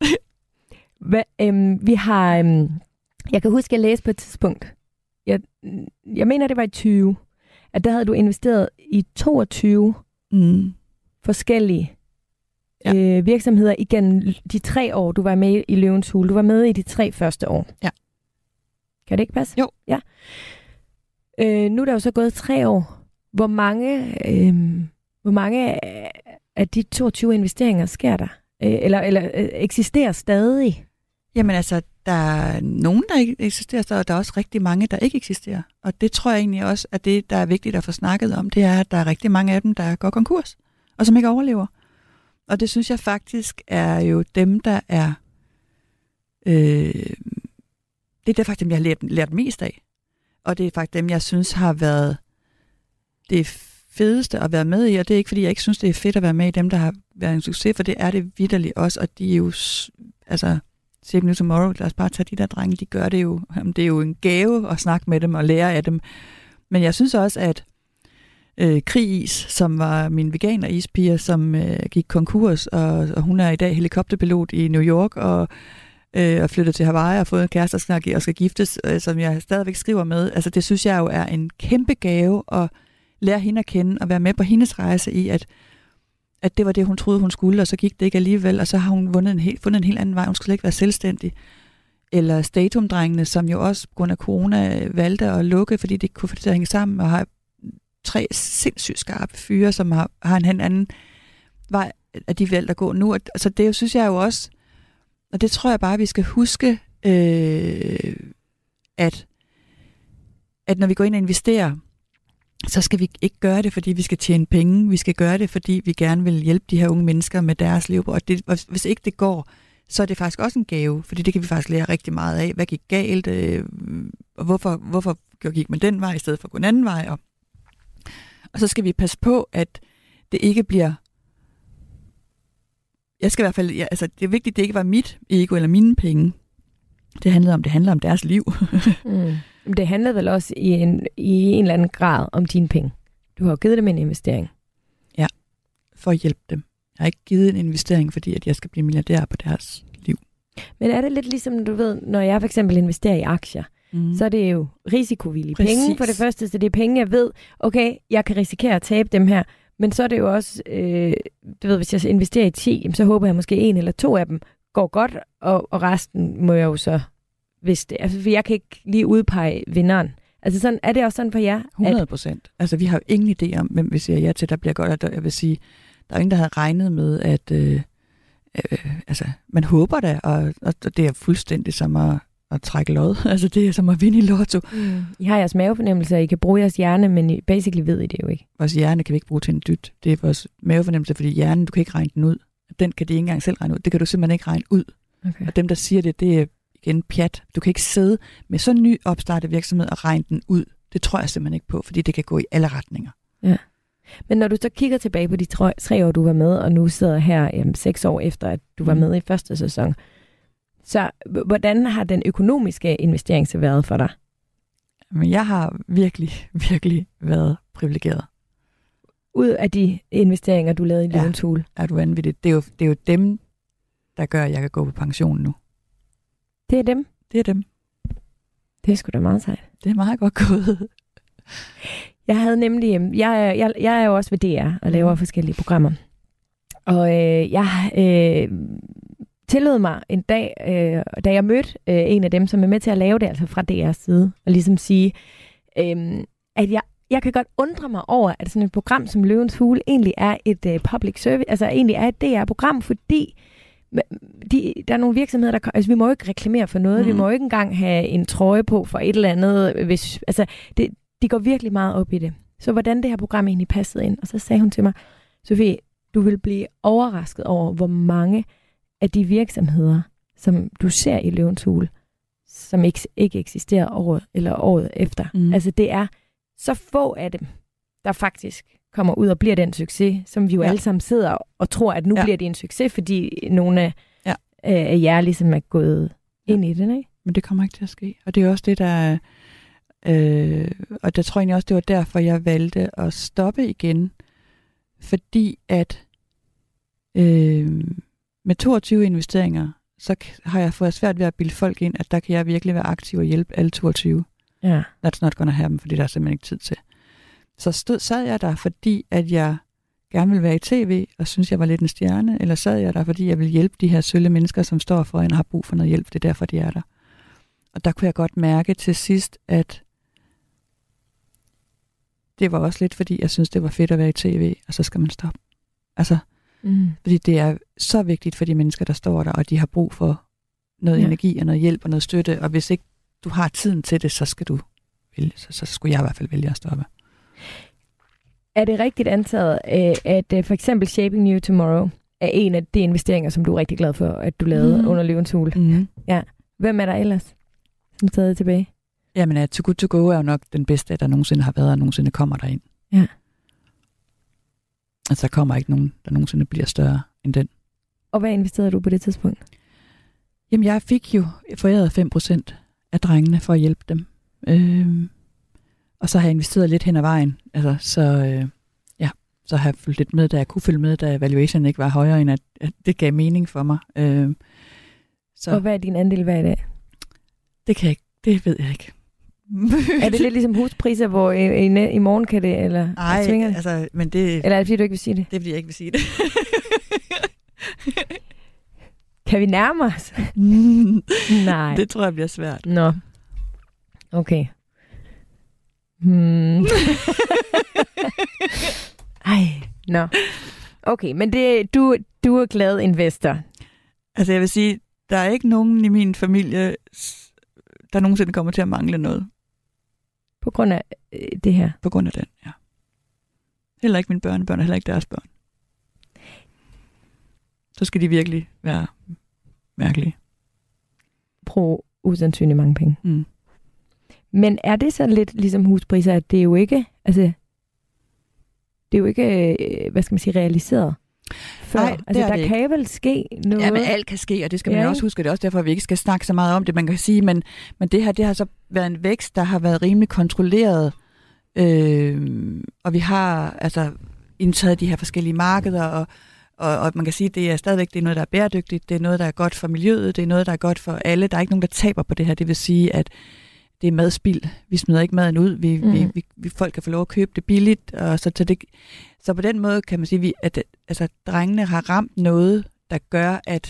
Vi har... jeg kan huske, at jeg læste på et tidspunkt. Jeg mener, det var i 20. At der havde du investeret i 22 forskellige virksomheder igennem de 3 år, du var med i Løvens Hule. Du var med i de 3 første år. Ja. Kan det ikke passe? Jo. Ja. Nu er der jo så gået 3 år. Hvor mange af de 22 investeringer sker der? Eller eksisterer stadig? Jamen altså, der er nogen, der ikke eksisterer, og der er også rigtig mange, der ikke eksisterer. Og det tror jeg egentlig også, at det, der er vigtigt at få snakket om, det er, at der er rigtig mange af dem, der går konkurs, og som ikke overlever. Og det synes jeg faktisk er jo dem, der er... det er faktisk dem, jeg har lært mest af. Og det er faktisk dem, jeg synes har været det fedeste at være med i, og det er ikke, fordi jeg ikke synes, det er fedt at være med i dem, der har været en succes, for det er det vitterligt også, og de er jo... altså Save New Tomorrow, lad os bare tage de der drenge, de gør det jo. Det er jo en gave at snakke med dem og lære af dem. Men jeg synes også, at Krig-Is, som var min veganer-ispiger, som gik konkurs, og hun er i dag helikopterpilot i New York, og flyttet til Hawaii og har fået en kæreste og skal giftes, som jeg stadigvæk skriver med. Altså det synes jeg jo er en kæmpe gave at lære hende at kende og være med på hendes rejse i, at det var det, hun troede, hun skulle, og så gik det ikke alligevel, og så har hun fundet en helt anden vej. Hun skulle ikke være selvstændig. Eller Statum-drengene, som jo også på grund af corona valgte at lukke, fordi de ikke kunne få det til at hænge sammen, og har 3 sindssygt skarpe fyre, som har en anden vej, at de valgte at gå nu. Altså det synes jeg jo også, og det tror jeg bare, vi skal huske, at når vi går ind og investerer, så skal vi ikke gøre det, fordi vi skal tjene penge. Vi skal gøre det, fordi vi gerne vil hjælpe de her unge mennesker med deres liv. Og hvis ikke det går, så er det faktisk også en gave, fordi det kan vi faktisk lære rigtig meget af. Hvad gik galt? Og hvorfor gik man den vej, i stedet for at gå en anden vej? Og så skal vi passe på, at det ikke bliver... Jeg skal i hvert fald... altså, det er vigtigt, at det ikke var mit ego eller mine penge. Det handler om deres liv. Det handler vel også i en eller anden grad om dine penge. Du har jo givet dem en investering. Ja, for at hjælpe dem. Jeg har ikke givet en investering, fordi at jeg skal blive milliardær på deres liv. Men er det lidt ligesom, du ved, når jeg for eksempel investerer i aktier, så er det jo risikovillige penge for det første, så det er penge, jeg ved, okay, jeg kan risikere at tabe dem her, men så er det jo også, du ved, hvis jeg investerer i 10, så håber jeg måske 1 eller 2 af dem går godt, og resten må jeg jo så vidste. Altså, for jeg kan ikke lige udpege vinderen. Altså, sådan, er det også sådan for jer? 100%. Altså, vi har jo ingen idé om, hvem vi siger ja til, der bliver godt. Jeg vil sige, der er ingen, der havde regnet med, at altså, man håber da, og det er fuldstændig som at trække lod. Altså, det er som at vinde i lotto. I har jeres mavefornemmelse, og I kan bruge jeres hjerne, men I basically ved I det jo ikke. Vores hjerne kan vi ikke bruge til en dyt. Det er vores mavefornemmelse, fordi hjernen, du kan ikke regne den ud. Den kan de ikke engang selv regne ud. Det kan du simpelthen ikke regne ud. Okay. Og dem, der siger det er igen pjat. Du kan ikke sidde med sådan en ny opstartet virksomhed og regne den ud. Det tror jeg simpelthen ikke på, fordi det kan gå i alle retninger. Ja. Men når du så kigger tilbage på de 3 år, du var med, og nu sidder her 6 år efter, at du var med i første sæson, så hvordan har den økonomiske investering så været for dig? Men jeg har virkelig, virkelig været privilegeret. Ud af de investeringer, du lavede i Løvens Hule? Ja, er du vanvittigt. Det er jo dem, der gør, at jeg kan gå på pension nu. Det er dem? Det er dem. Det er sgu da meget sejt. Det er meget godt gået. Jeg havde nemlig... Jeg er jo også ved DR og laver forskellige programmer. Og jeg tillod mig en dag, da jeg mødte en af dem, som er med til at lave det, altså fra DR's side, og ligesom sige, at jeg kan godt undre mig over, at sådan et program som Løvens Hule egentlig er et public service, altså egentlig er et DR-program, fordi der er nogle virksomheder, vi må jo ikke reklamere for noget. Vi må jo ikke engang have en trøje på for et eller andet. De går virkelig meget op i det. Så hvordan det her program egentlig passede ind. Og så sagde hun til mig, Sofie, du vil blive overrasket over, hvor mange af de virksomheder, som du ser i Løvens Hule, som ikke eksisterer året efter. Altså det er så få af dem, der faktisk kommer ud og bliver den succes, som vi jo alle sammen sidder og tror, at nu bliver det en succes, fordi nogle af jer ligesom er gået ind i det, ikke? Men det kommer ikke til at ske. Og det er også det, der... og der tror jeg egentlig også, det var derfor, jeg valgte at stoppe igen. Fordi at med 22 investeringer, så har jeg fået svært ved at bilde folk ind, at der kan jeg virkelig være aktiv og hjælpe alle 22. Ja. That's not gonna happen, fordi der er simpelthen ikke tid til. Så sad jeg der, fordi at jeg gerne ville være i tv, og synes jeg var lidt en stjerne, eller sad jeg der, fordi jeg ville hjælpe de her sølle mennesker, som står foran og har brug for noget hjælp. Det er derfor, de er der. Og der kunne jeg godt mærke til sidst, at det var også lidt, fordi jeg synes, det var fedt at være i tv, og så skal man stoppe. Altså, fordi det er så vigtigt for de mennesker, der står der, og de har brug for noget energi og noget hjælp og noget støtte, og hvis ikke du har tiden til det, så skal du vælge. Så skulle jeg i hvert fald vælge at stoppe. Er det rigtigt antaget, at for eksempel Shaping New Tomorrow er en af de investeringer, som du er rigtig glad for, at du lavede under Løvens Hule? Ja. Hvem er der ellers, som taget tilbage? Jamen, Too Good To Go er jo nok den bedste, der nogensinde har været, og nogensinde kommer derind. Ja. Altså, der kommer ikke nogen, der nogensinde bliver større end den. Og hvad investerede du på det tidspunkt? Jamen, jeg fik jo foræret 5% af drengene for at hjælpe dem. Og så har jeg investeret lidt hen ad vejen. Altså, så har jeg fulgt lidt med, da jeg kunne følge med, da valuation ikke var højere, end at det gav mening for mig. Så. Og hvad er din andel hver dag? Det ved jeg ikke. Er det lidt ligesom huspriser, hvor i morgen kan det, eller nej, altså, men det... Eller er det, fordi du ikke vil sige det? Det er, fordi jeg ikke vil sige det. Kan vi nærme os? Nej. Det tror jeg bliver svært. Nå. Okay. Nå. Okay, men du er glad investor. Altså jeg vil sige, der er ikke nogen i min familie, der nogensinde kommer til at mangle noget. På grund af det her? På grund af den, ja. Heller ikke mine børnebørn, og heller ikke deres børn. Så skal de virkelig være mærkelige. Brug usandsynligt mange penge. Men er det så lidt ligesom huspriser, at det er jo ikke, altså, det er jo ikke, hvad skal man sige, realiseret før? Nej, altså, der kan vel ske noget? Ja, men alt kan ske, og det skal man også huske. Det er også derfor, at vi ikke skal snakke så meget om det. Man kan sige, men det her, det har så været en vækst, der har været rimelig kontrolleret. Og vi har altså indtaget de her forskellige markeder, og man kan sige, at det er stadigvæk det er noget, der er bæredygtigt. Det er noget, der er godt for miljøet. Det er noget, der er godt for alle. Der er ikke nogen, der taber på det her. Det vil sige, at det er madspild. Vi smider ikke maden ud. Vi folk kan få lov at købe det billigt. Og så på den måde kan man sige, at altså, drengene har ramt noget, der gør, at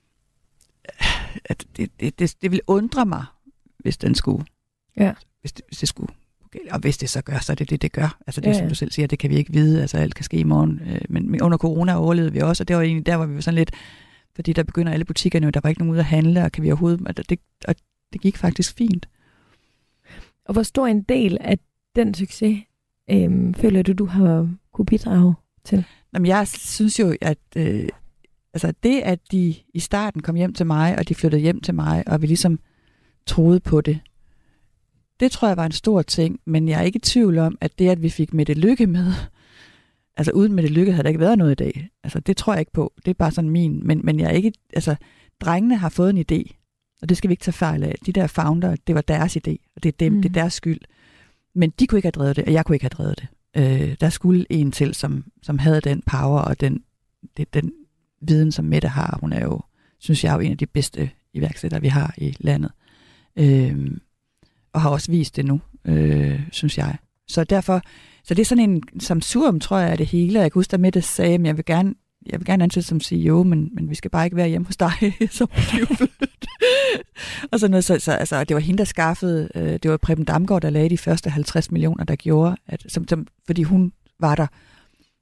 det vil undre mig, hvis den skulle. Ja. Hvis det skulle. Og hvis det så gør, så er det det gør. Altså det, som du selv siger, det kan vi ikke vide. Altså alt kan ske i morgen. Men under corona overlevede vi også, og det var egentlig der, hvor vi var sådan lidt, fordi der begynder alle butikkerne, der var ikke nogen ud at handle, og kan vi overhovedet, og det gik faktisk fint. Og hvor stor en del af den succes føler du har kunne bidrage til? Jamen, jeg synes jo, at altså det, at de i starten kom hjem til mig, og de flyttede hjem til mig, og vi ligesom troede på det, det tror jeg var en stor ting, men jeg er ikke i tvivl om, at det, at vi fik Mette Lykke med, altså uden Mette Lykke havde der ikke været noget i dag. Altså det tror jeg ikke på. Det er bare sådan men jeg er ikke, altså drengene har fået en idé, og det skal vi ikke tage fejl af. De der founder, det var deres idé, og det er dem, det er deres skyld. Men de kunne ikke have drevet det, og jeg kunne ikke have drevet det. Der skulle en til, som havde den power, og den viden, som Mette har. Hun er jo, synes jeg, jo en af de bedste iværksættere, vi har i landet. Og har også vist det nu, synes jeg. Så derfor, så det er sådan en samsurium, tror jeg, af det hele. Jeg kan huske, at Mette sagde, at jeg vil gerne ansætte som CEO, men vi skal bare ikke være hjemme hos dig, som og sådan noget. Så altså, det var hende, der skaffede, det var Preben Damgaard, der lagde de første 50 millioner, der gjorde, fordi hun var der.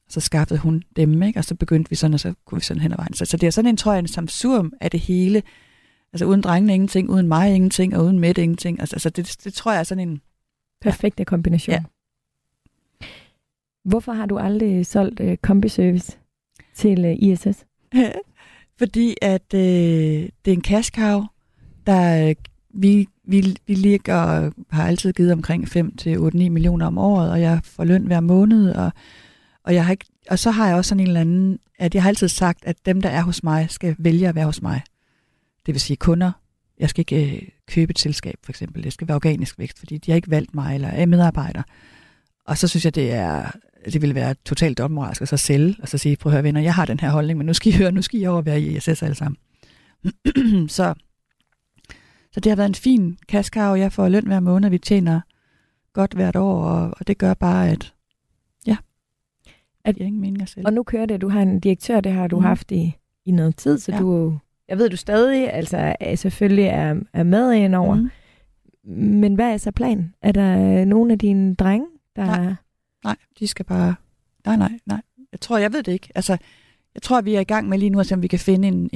Så skaffede hun dem, ikke? Og så begyndte vi sådan, og så kunne vi sådan hen ad vejen. Så det er sådan en, tror jeg, en samsurium af det hele. Altså uden drengene ingenting, uden mig ingenting, og uden Mette ingenting. Altså det tror jeg er sådan en... Perfekte kombination. Ja. Hvorfor har du aldrig solgt kombiservice til ISS? Fordi at det er en cash cow, der vi ligger og har altid givet omkring 5-8-9 millioner om året, og jeg får løn hver måned, og jeg har ikke, og så har jeg også sådan en eller anden, at jeg har altid sagt, at dem, der er hos mig, skal vælge at være hos mig. Det vil sige kunder. Jeg skal ikke købe et selskab, for eksempel. Det skal være organisk vækst, fordi de har ikke valgt mig, eller er medarbejder. Og så synes jeg, det ville være totalt dobbeltmoralsk at så sælge, og så sige, prøv at høre venner, jeg har den her holdning, men nu skal I over være i ISS alle sammen. så det har været en fin kaskar, og jeg får løn hver måned, vi tjener godt hvert år, og det gør bare, at det er ingen mening at sælge. Og nu kører det, du har en direktør, det har du haft i noget tid, så jeg ved, du stadig selvfølgelig er med ind over. Men hvad er så planen? Er der nogen af dine drenge, der... Nej, de skal bare... Nej. Jeg ved det ikke. Altså, jeg tror, vi er i gang med lige nu, at se, om vi kan finde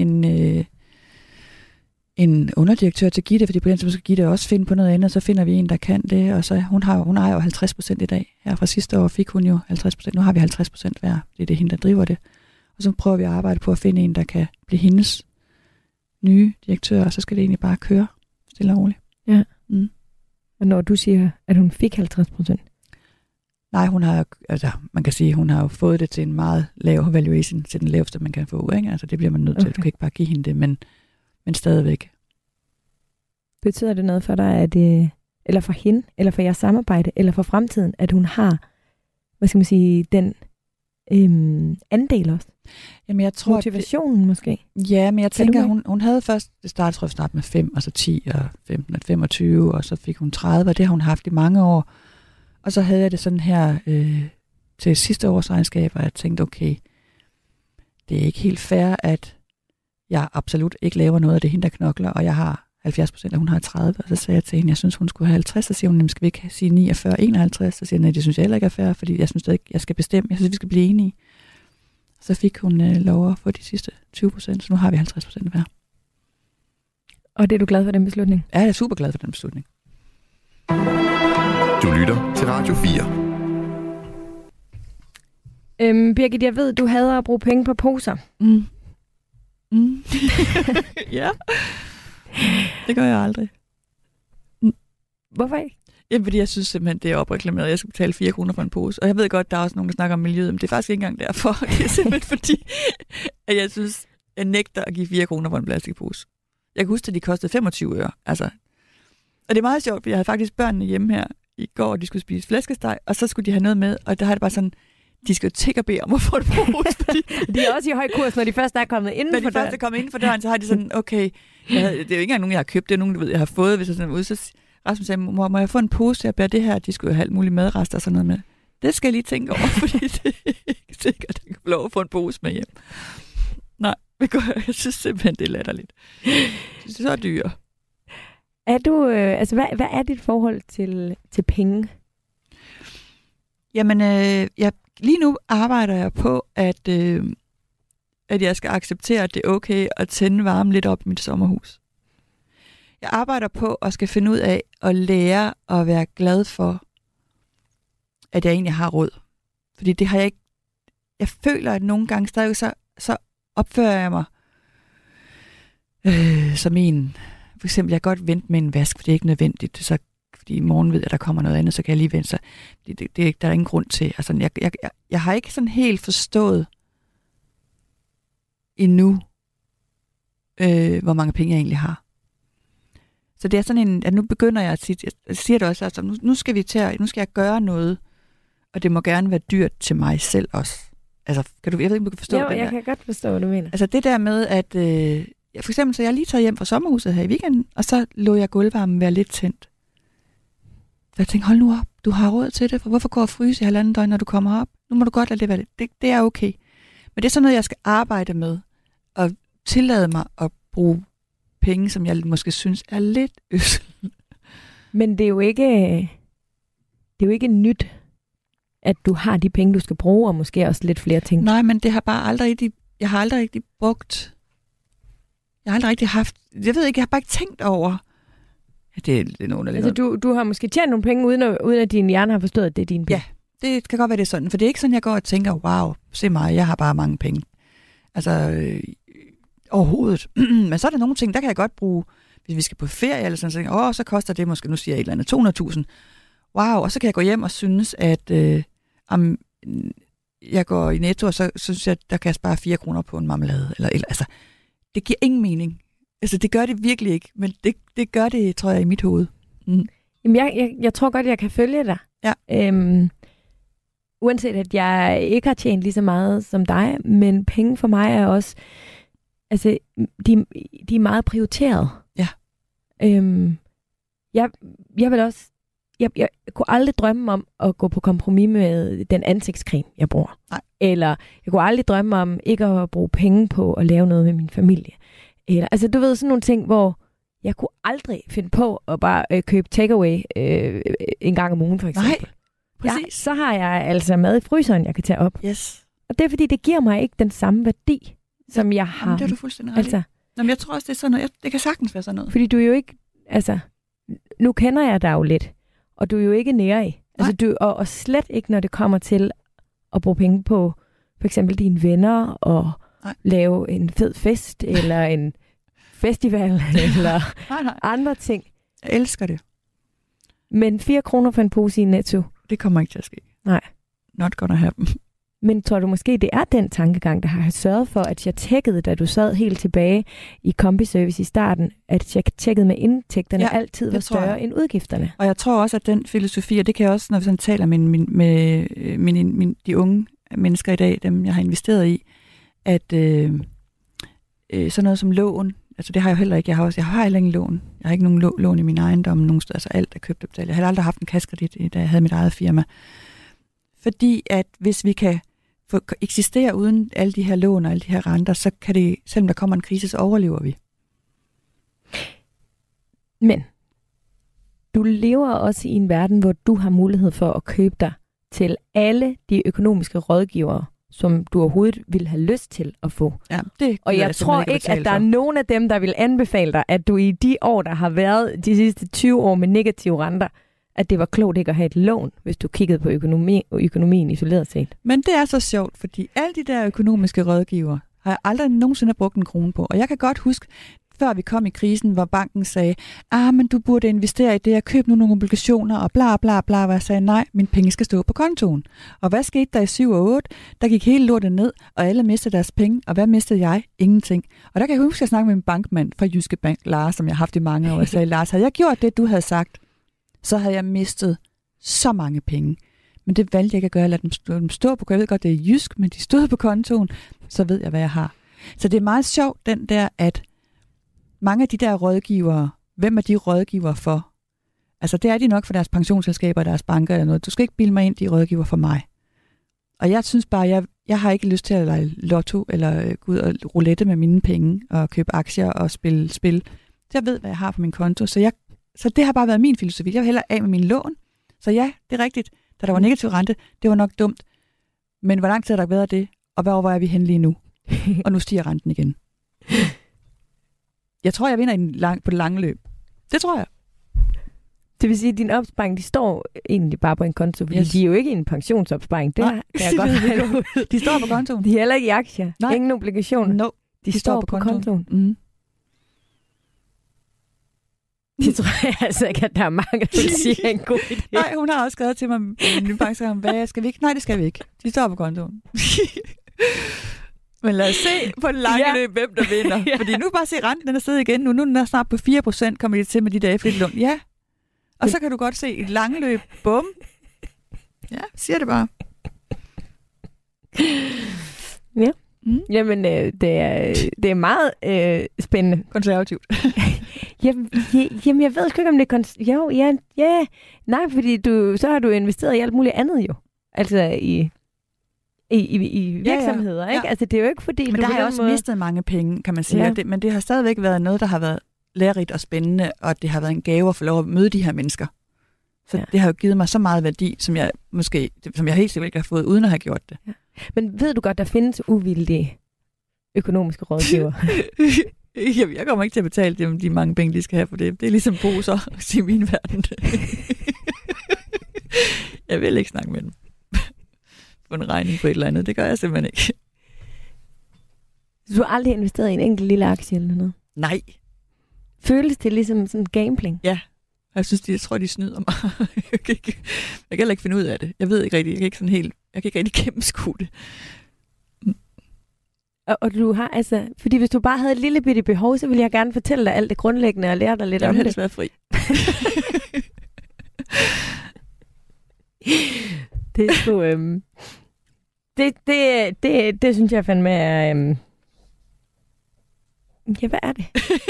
en underdirektør til Gitte, fordi på den måde skal Gitte også finde på noget andet, og så finder vi en, der kan det, og så hun ejer jo 50% i dag. Her fra sidste år fik hun jo 50%. Nu har vi 50% hver. Det er hende, der driver det. Og så prøver vi at arbejde på at finde en, der kan blive hendes nye direktør, og så skal det egentlig bare køre stille og roligt. Ja. Og når du siger, at hun fik 50%? Nej, hun har, altså man kan sige, hun har jo fået det til en meget lav valuation, til den laveste, man kan få, ikke? Altså det bliver man nødt til. Du kan ikke bare give hende det, men stadigvæk. Betyder det noget for dig, at eller for hende, eller for jeres samarbejde, eller for fremtiden, at hun har, hvad skal man sige, den andel også? Jamen jeg tror... Motivationen måske? Ja, men jeg tænker, hun havde først, det startede med 5, og så 10, og 15, og 25, og så fik hun 30, og det har hun haft i mange år. Og så havde jeg det sådan her til sidste års regnskab, og jeg tænkte, okay, det er ikke helt fair, at jeg absolut ikke laver noget af det, hende der knokler, og jeg har 70%, og hun har 30%. Og så sagde jeg til hende, jeg synes, hun skulle have 50%, så siger hun, skal vi ikke sige 49, 51? Så siger jeg, nej, det synes jeg heller ikke er fair, fordi jeg synes ikke, jeg skal bestemme. Jeg synes, vi skal blive enige. Så fik hun lov at få de sidste 20%, så nu har vi 50% hver. Og det er du glad for den beslutning? Ja, jeg er super glad for den beslutning. Du lytter til Radio 4. Birgit, jeg ved, du hader at bruge penge på poser. Ja. Det gør jeg aldrig. Hvorfor ikke? Jamen, fordi jeg synes simpelthen, det er opreklameret, at jeg skal betale 4 kroner for en pose. Og jeg ved godt, der er også nogen, der snakker om miljøet, men det er faktisk ikke engang derfor. Det er simpelthen fordi, at jeg synes, jeg nægter at give 4 kroner for en plastikpose. Jeg kan huske, at de kostede 25 øre. Altså. Og det er meget sjovt, fordi jeg havde faktisk børnene hjemme her i går, og de skulle spise flæskesteg, og så skulle de have noget med, og der har det bare sådan, de skal jo tække og bede om at få en pose. Fordi de er også i høj kurs, når de først er kommet inden for døren. Når de først er kommet inden for døren, så har de sådan, okay, det er jo ikke engang nogen, jeg har købt, det er nogen, du ved, jeg har fået, hvis jeg sådan er ude, så Rasmus sagde, må jeg få en pose til at bære det her, de skulle jo have alt muligt madrester og sådan noget med. Det skal jeg lige tænke over, fordi det er ikke sikkert, at jeg kan få lov at få en pose med hjem. Nej, jeg synes simpelthen, det er latterligt. Det er så dyrt. Er du, hvad er dit forhold til penge? Jamen, lige nu arbejder jeg på, at jeg skal acceptere, at det er okay at tænde varmen lidt op i mit sommerhus. Jeg arbejder på at skal finde ud af at lære at være glad for, at jeg egentlig har råd. Fordi det har jeg ikke... Jeg føler, at nogle gange stadig så opfører jeg mig som en... For eksempel, jeg kan godt vente med en vask, for det er ikke nødvendigt. Så, fordi i morgen ved jeg, at der kommer noget andet, så kan jeg lige vente sig. Der er ingen grund til. Altså, jeg har ikke sådan helt forstået endnu, hvor mange penge jeg egentlig har. Så det er sådan en, at nu begynder jeg at sige, jeg siger det også, altså, nu skal jeg gøre noget, og det må gerne være dyrt til mig selv også. Altså, jeg ved ikke, om du kan forstå det. Jo, jeg kan godt forstå, hvad du mener. Altså det der med, at for eksempel, så jeg lige taget hjem fra sommerhuset her i weekenden, og så lå jeg gulvvarmen være lidt tændt. Så jeg tænkte, hold nu op, du har råd til det, for hvorfor går jeg fryse i 1,5 døgn, når du kommer op? Nu må du godt lade det være lidt. Det er okay. Men det er sådan noget, jeg skal arbejde med, og tillade mig at bruge penge, som jeg måske synes er lidt øssel. Men det er jo ikke nyt. at du har de penge, du skal bruge, og måske også lidt flere ting. Nej, men det har bare aldrig jeg har aldrig rigtig brugt. Jeg har aldrig rigtig haft. Jeg ved ikke, jeg har bare ikke tænkt over. Det er nogen, der altså, du har måske tjent nogle penge, uden at din hjerne har forstået, at det er dine penge. Ja, det kan godt være, det er sådan. For det er ikke sådan, jeg går og tænker, wow, se mig, jeg har bare mange penge. Altså, overhovedet. Men så er der nogle ting, der kan jeg godt bruge, hvis vi skal på ferie, eller sådan, så koster det måske, nu siger jeg et eller andet, 200.000. Wow, og så kan jeg gå hjem og synes, at jeg går i Netto, og så synes jeg, der kan jeg spare 4 kroner på en marmelade. Eller, altså, det giver ingen mening. Altså, det gør det virkelig ikke, men det gør det, tror jeg, i mit hoved. Mm. Jamen, jeg tror godt, jeg kan følge dig. Ja. Uanset at jeg ikke har tjent lige så meget som dig, men penge for mig er også, altså, de er meget prioriteret. Ja. Jeg vil også, jeg kunne aldrig drømme om at gå på kompromis med den ansigtscreme, jeg bruger. Nej. Eller jeg kunne aldrig drømme om ikke at bruge penge på at lave noget med min familie. Eller, altså, du ved, sådan nogle ting, hvor jeg kunne aldrig finde på at bare købe takeaway en gang om ugen, for eksempel. Nej, præcis. Så har jeg altså mad i fryseren, jeg kan tage op. Yes. Og det er, fordi det giver mig ikke den samme værdi, som jeg har. Jamen, det er du fuldstændig ret i. Altså, jeg tror også, det er sådan noget. Det kan sagtens være sådan noget. fordi du jo ikke, altså, nu kender jeg dig jo lidt, og du er jo ikke nære i. Altså, og slet ikke, når det kommer til at bruge penge på for eksempel dine venner, og lave en fed fest, eller en festival, eller andre ting. Jeg elsker det. Men 4 kroner for en pose i Netto. Det kommer ikke til at ske. Nej. Not gonna happen. Men tror du måske, det er den tankegang, der har sørget for, at jeg tjekkede, da du sad helt tilbage i kombiservice i starten, at jeg tjekkede med indtægterne altid var større end udgifterne? Og jeg tror også, at den filosofi, og det kan jeg også, når vi sådan taler med de unge mennesker i dag, dem jeg har investeret i, at sådan noget som lån, altså det har jeg jo heller ikke. Jeg har heller ingen lån. Jeg har ikke nogen lån i min ejendom nogen steder. Altså alt er købt og betalt. Jeg har aldrig haft en kassekredit, da jeg havde mit eget firma. Fordi at hvis vi kan eksistere uden alle de her lån og alle de her renter, så kan det, selvom der kommer en krise, så overlever vi. Men du lever også i en verden, hvor du har mulighed for at købe dig til alle de økonomiske rådgivere, som du overhovedet ville have lyst til at få. Ja, det og jeg tror ikke, at der er nogen af dem, der vil anbefale dig, at du i de år, der har været de sidste 20 år med negative renter, at det var klogt ikke at have et lån, hvis du kiggede på økonomien isoleret set. Men det er så sjovt, fordi alle de der økonomiske rådgivere har jeg aldrig nogensinde brugt en krone på. Og jeg kan godt huske, før vi kom i krisen, hvor banken sagde, men du burde investere i det, og købe nogle obligationer, og bla bla bla, hvor jeg sagde, nej, mine penge skal stå på kontoen. Og hvad skete der i 7 og 8? Der gik hele lortet ned, og alle mistede deres penge, og hvad mistede jeg? Ingenting. Og der kan jeg huske, at jeg snakkede med en bankmand fra Jyske Bank, Lars, som jeg har haft i mange år, og jeg sagde, Lars, havde jeg gjort det, du havde sagt, så havde jeg mistet så mange penge. Men det valgte jeg ikke at gøre, at lade dem stå på kontoen. Jeg ved godt, det er jysk, men de stod på kontoen, så ved jeg, hvad jeg har. Så det er meget sjovt, den der, at mange af de der rådgivere, hvem er de rådgivere for? Altså, det er de nok for deres pensionsselskaber, deres banker eller noget. Du skal ikke bilde mig ind, de rådgiver for mig. Og jeg synes bare, jeg har ikke lyst til at lege lotto, eller gå ud og roulette med mine penge, og købe aktier og spille spil. Jeg ved, hvad jeg har på min konto, så det har bare været min filosofi. Jeg vil hellere af med min lån. Så ja, det er rigtigt. Da der var negativ rente, det var nok dumt. Men hvor lang tid har der været det? Og hvor er vi henne lige nu? Og nu stiger renten igen. Jeg tror, jeg vinder på det lange løb. Det tror jeg. Det vil sige, at din opsparing, de står egentlig bare på en konto, fordi de er jo ikke i en pensionsopsparing. Det kan jeg godt. De står på kontoen. De er heller ikke i aktier. Nej. Ingen obligationer. No. De står på kontoen. Mm. Det tror jeg altså ikke, at der er mange, der vil sige en god idé. Nej, hun har også skrevet til mig, min bank, hvad skal vi ikke? Nej, det skal vi ikke. De står på kontoen. Men lad os se på den lange løb, hvem der vinder. Fordi nu bare se, renten den er stedet igen. Nu er den snart på 4%, kommer de til med de dage frit lån. Ja. Og så kan du godt se et lange løb. Bum. Ja, siger det bare. Ja. Mm. Jamen, det er meget spændende. Konservativt. Jamen, jeg ved sgu ikke, om det er nej, fordi så har du investeret i alt muligt andet jo. Altså i virksomheder, ikke? Altså, det er jo ikke fordi... Men der har jeg også mistet mange penge, kan man sige. Ja. Men det har stadigvæk været noget, der har været lærerigt og spændende, og det har været en gave at få lov at møde de her mennesker. Så det har jo givet mig så meget værdi, som jeg helt sikkert ikke har fået, uden at have gjort det. Ja. Men ved du godt, der findes uvildige økonomiske rådgiver? Jeg kommer ikke til at betale dem de mange penge, de skal have for det. Det er ligesom poser i min verden. Jeg vil ikke snakke med dem. Få en regning på et eller andet. Det gør jeg simpelthen ikke. Du har aldrig investeret i en enkelt lille aktie eller noget? Nej. Føles det ligesom sådan gambling? Ja. Jeg tror, de snyder mig. Jeg kan heller ikke finde ud af det. Jeg ved ikke rigtigt. Jeg kan ikke rigtig gennemskue det. Og du har altså... Fordi hvis du bare havde et lille bitte behov, så ville jeg gerne fortælle dig alt det grundlæggende og lære dig lidt om det. Jeg vil helst være fri. Det er sgu... Det synes jeg fandme er... Ja, hvad er det?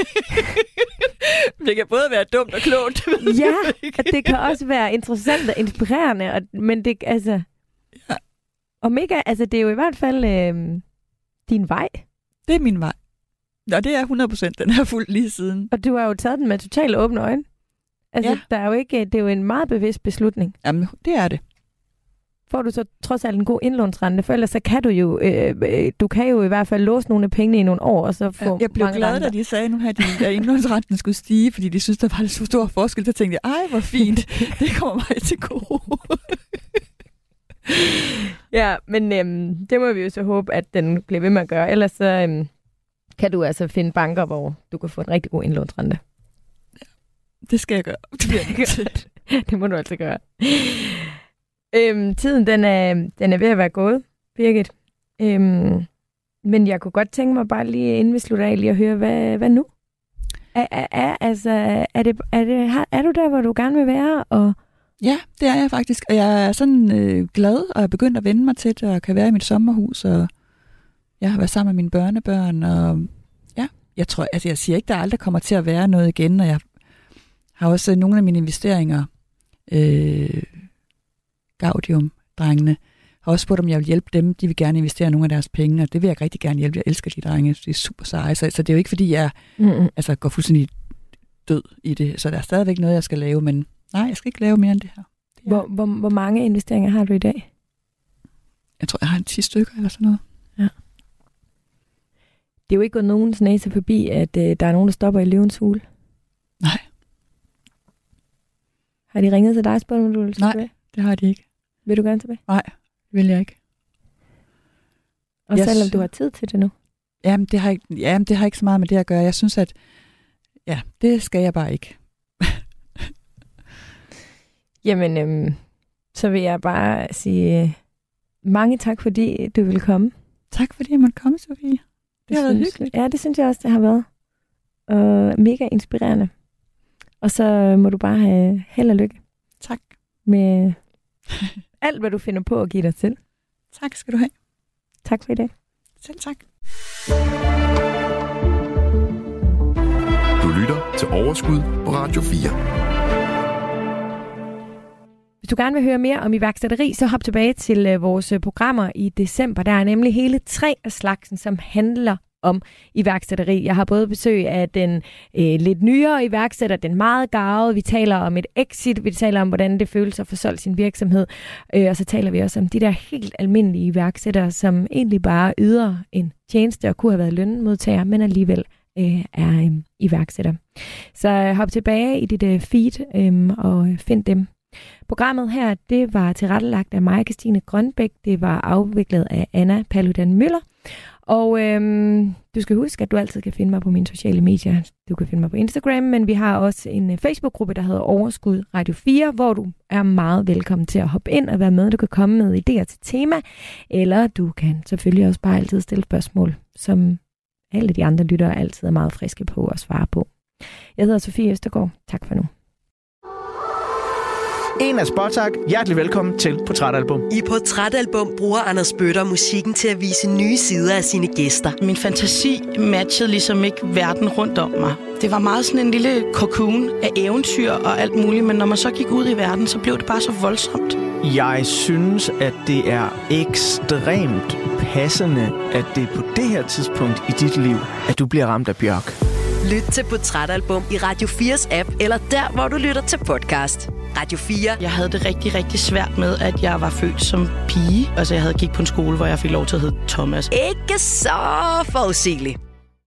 Det kan både være dumt og klogt. Ja, og det kan også være interessant og inspirerende, men det altså... Ja. Og mega, altså det er jo i hvert fald din vej. Det er min vej. Og det er 100%, den er fuldt lige siden. Og du har jo taget den med totalt åbne øjne. Altså, ja. Der er jo ikke, det er jo en meget bevidst beslutning. Jamen, det er det. Får du så trods alt en god indlånsrente, for ellers så kan du jo, du kan jo i hvert fald låse nogle af pengene i nogle år, og så få jeg blev glad, renter. Da de sagde, at indlånsrenten skulle stige, fordi de synes, der var så stor forskel. Så tænkte jeg, hvor fint, det kommer mig til gode. Ja, men det må vi jo så håbe, at den bliver ved med at gøre. Ellers så kan du altså finde banker, hvor du kan få en rigtig god indlånsrente. Ja, det skal jeg gøre. Det må du altså gøre. Tiden, den er ved at være gået, Birgit. Men jeg kunne godt tænke mig bare lige, inden vi slutter af, lige at høre, hvad nu? Er du der, hvor du gerne vil være? Og... Ja, det er jeg faktisk. Og jeg er sådan glad, og er begyndt at vende mig til det, og kan være i mit sommerhus, og jeg har været sammen med mine børnebørn, og ja, jeg siger ikke, der aldrig kommer til at være noget igen, og jeg har også nogle af mine investeringer, Gaudium-drengene, har også spurgt, om jeg vil hjælpe dem. De vil gerne investere nogle af deres penge, og det vil jeg rigtig gerne hjælpe. Jeg elsker de drenge, det er super seje. Så det er jo ikke, fordi jeg går fuldstændig død i det. Så der er stadigvæk noget, jeg skal lave, men nej, jeg skal ikke lave mere end det her. Hvor mange investeringer har du i dag? Jeg tror, jeg har 10 stykker eller sådan noget. Ja. Det er jo ikke gået nogens næse forbi, at der er nogen, der stopper i Løvens Hule. Nej. Har de ringet til dig og spurgt, om du vil tilbage? Nej, det har de ikke. Vil du gerne tilbage? Nej, det vil jeg ikke. Og selvom du har tid til det nu? Jamen, det har ikke så meget med det at gøre. Jeg synes, at det skal jeg bare ikke. Jamen, så vil jeg bare sige mange tak, fordi du ville komme. Tak, fordi jeg måtte komme, Sofie. Det har været hyggeligt. Ja, det synes jeg også, det har været. Og mega inspirerende. Og så må du bare have held og lykke. Tak. Med alt, hvad du finder på at give dig til. Tak skal du have. Tak for i dag. Selv tak. Du lytter til Overskud på Radio 4. Hvis du gerne vil høre mere om iværksætteri, så hop tilbage til vores programmer i december. Der er nemlig hele 3 af slagsen, som handler om iværksætteri. Jeg har både besøg af den lidt nyere iværksætter, den meget garvede. Vi taler om et exit, vi taler om, hvordan det føles at få solgt sin virksomhed. Og så taler vi også om de der helt almindelige iværksættere, som egentlig bare yder en tjeneste og kunne have været lønmodtager, men alligevel er iværksætter. Så hop tilbage i dit feed og find dem. Programmet her, det var tilrettelagt af mig, Christine Grønbæk. Det var afviklet af Anna Paludan Møller. Og du skal huske, at du altid kan finde mig på mine sociale medier. Du kan finde mig på Instagram, men vi har også en Facebook-gruppe, der hedder Overskud Radio 4, hvor du er meget velkommen til at hoppe ind og være med. Du kan komme med idéer til tema, eller du kan selvfølgelig også bare altid stille spørgsmål, som alle de andre lyttere altid er meget friske på at svare på. Jeg hedder Sofie Østergaard. Tak for nu. En af Spotak. Hjertelig velkommen til Portrætalbum. I Portrætalbum bruger Anders Bøtter musikken til at vise nye sider af sine gæster. Min fantasi matchede ligesom ikke verden rundt om mig. Det var meget sådan en lille cocoon af eventyr og alt muligt, men når man så gik ud i verden, så blev det bare så voldsomt. Jeg synes, at det er ekstremt passende, at det er på det her tidspunkt i dit liv, at du bliver ramt af Bjørk. Lyt til Portrætalbum i Radio 4's app, eller der, hvor du lytter til podcast. Radio 4. Jeg havde det rigtig, rigtig svært med, at jeg var født som pige. Altså, jeg havde gik på en skole, hvor jeg fik lov til at hedde Thomas. Ikke så forudsigeligt.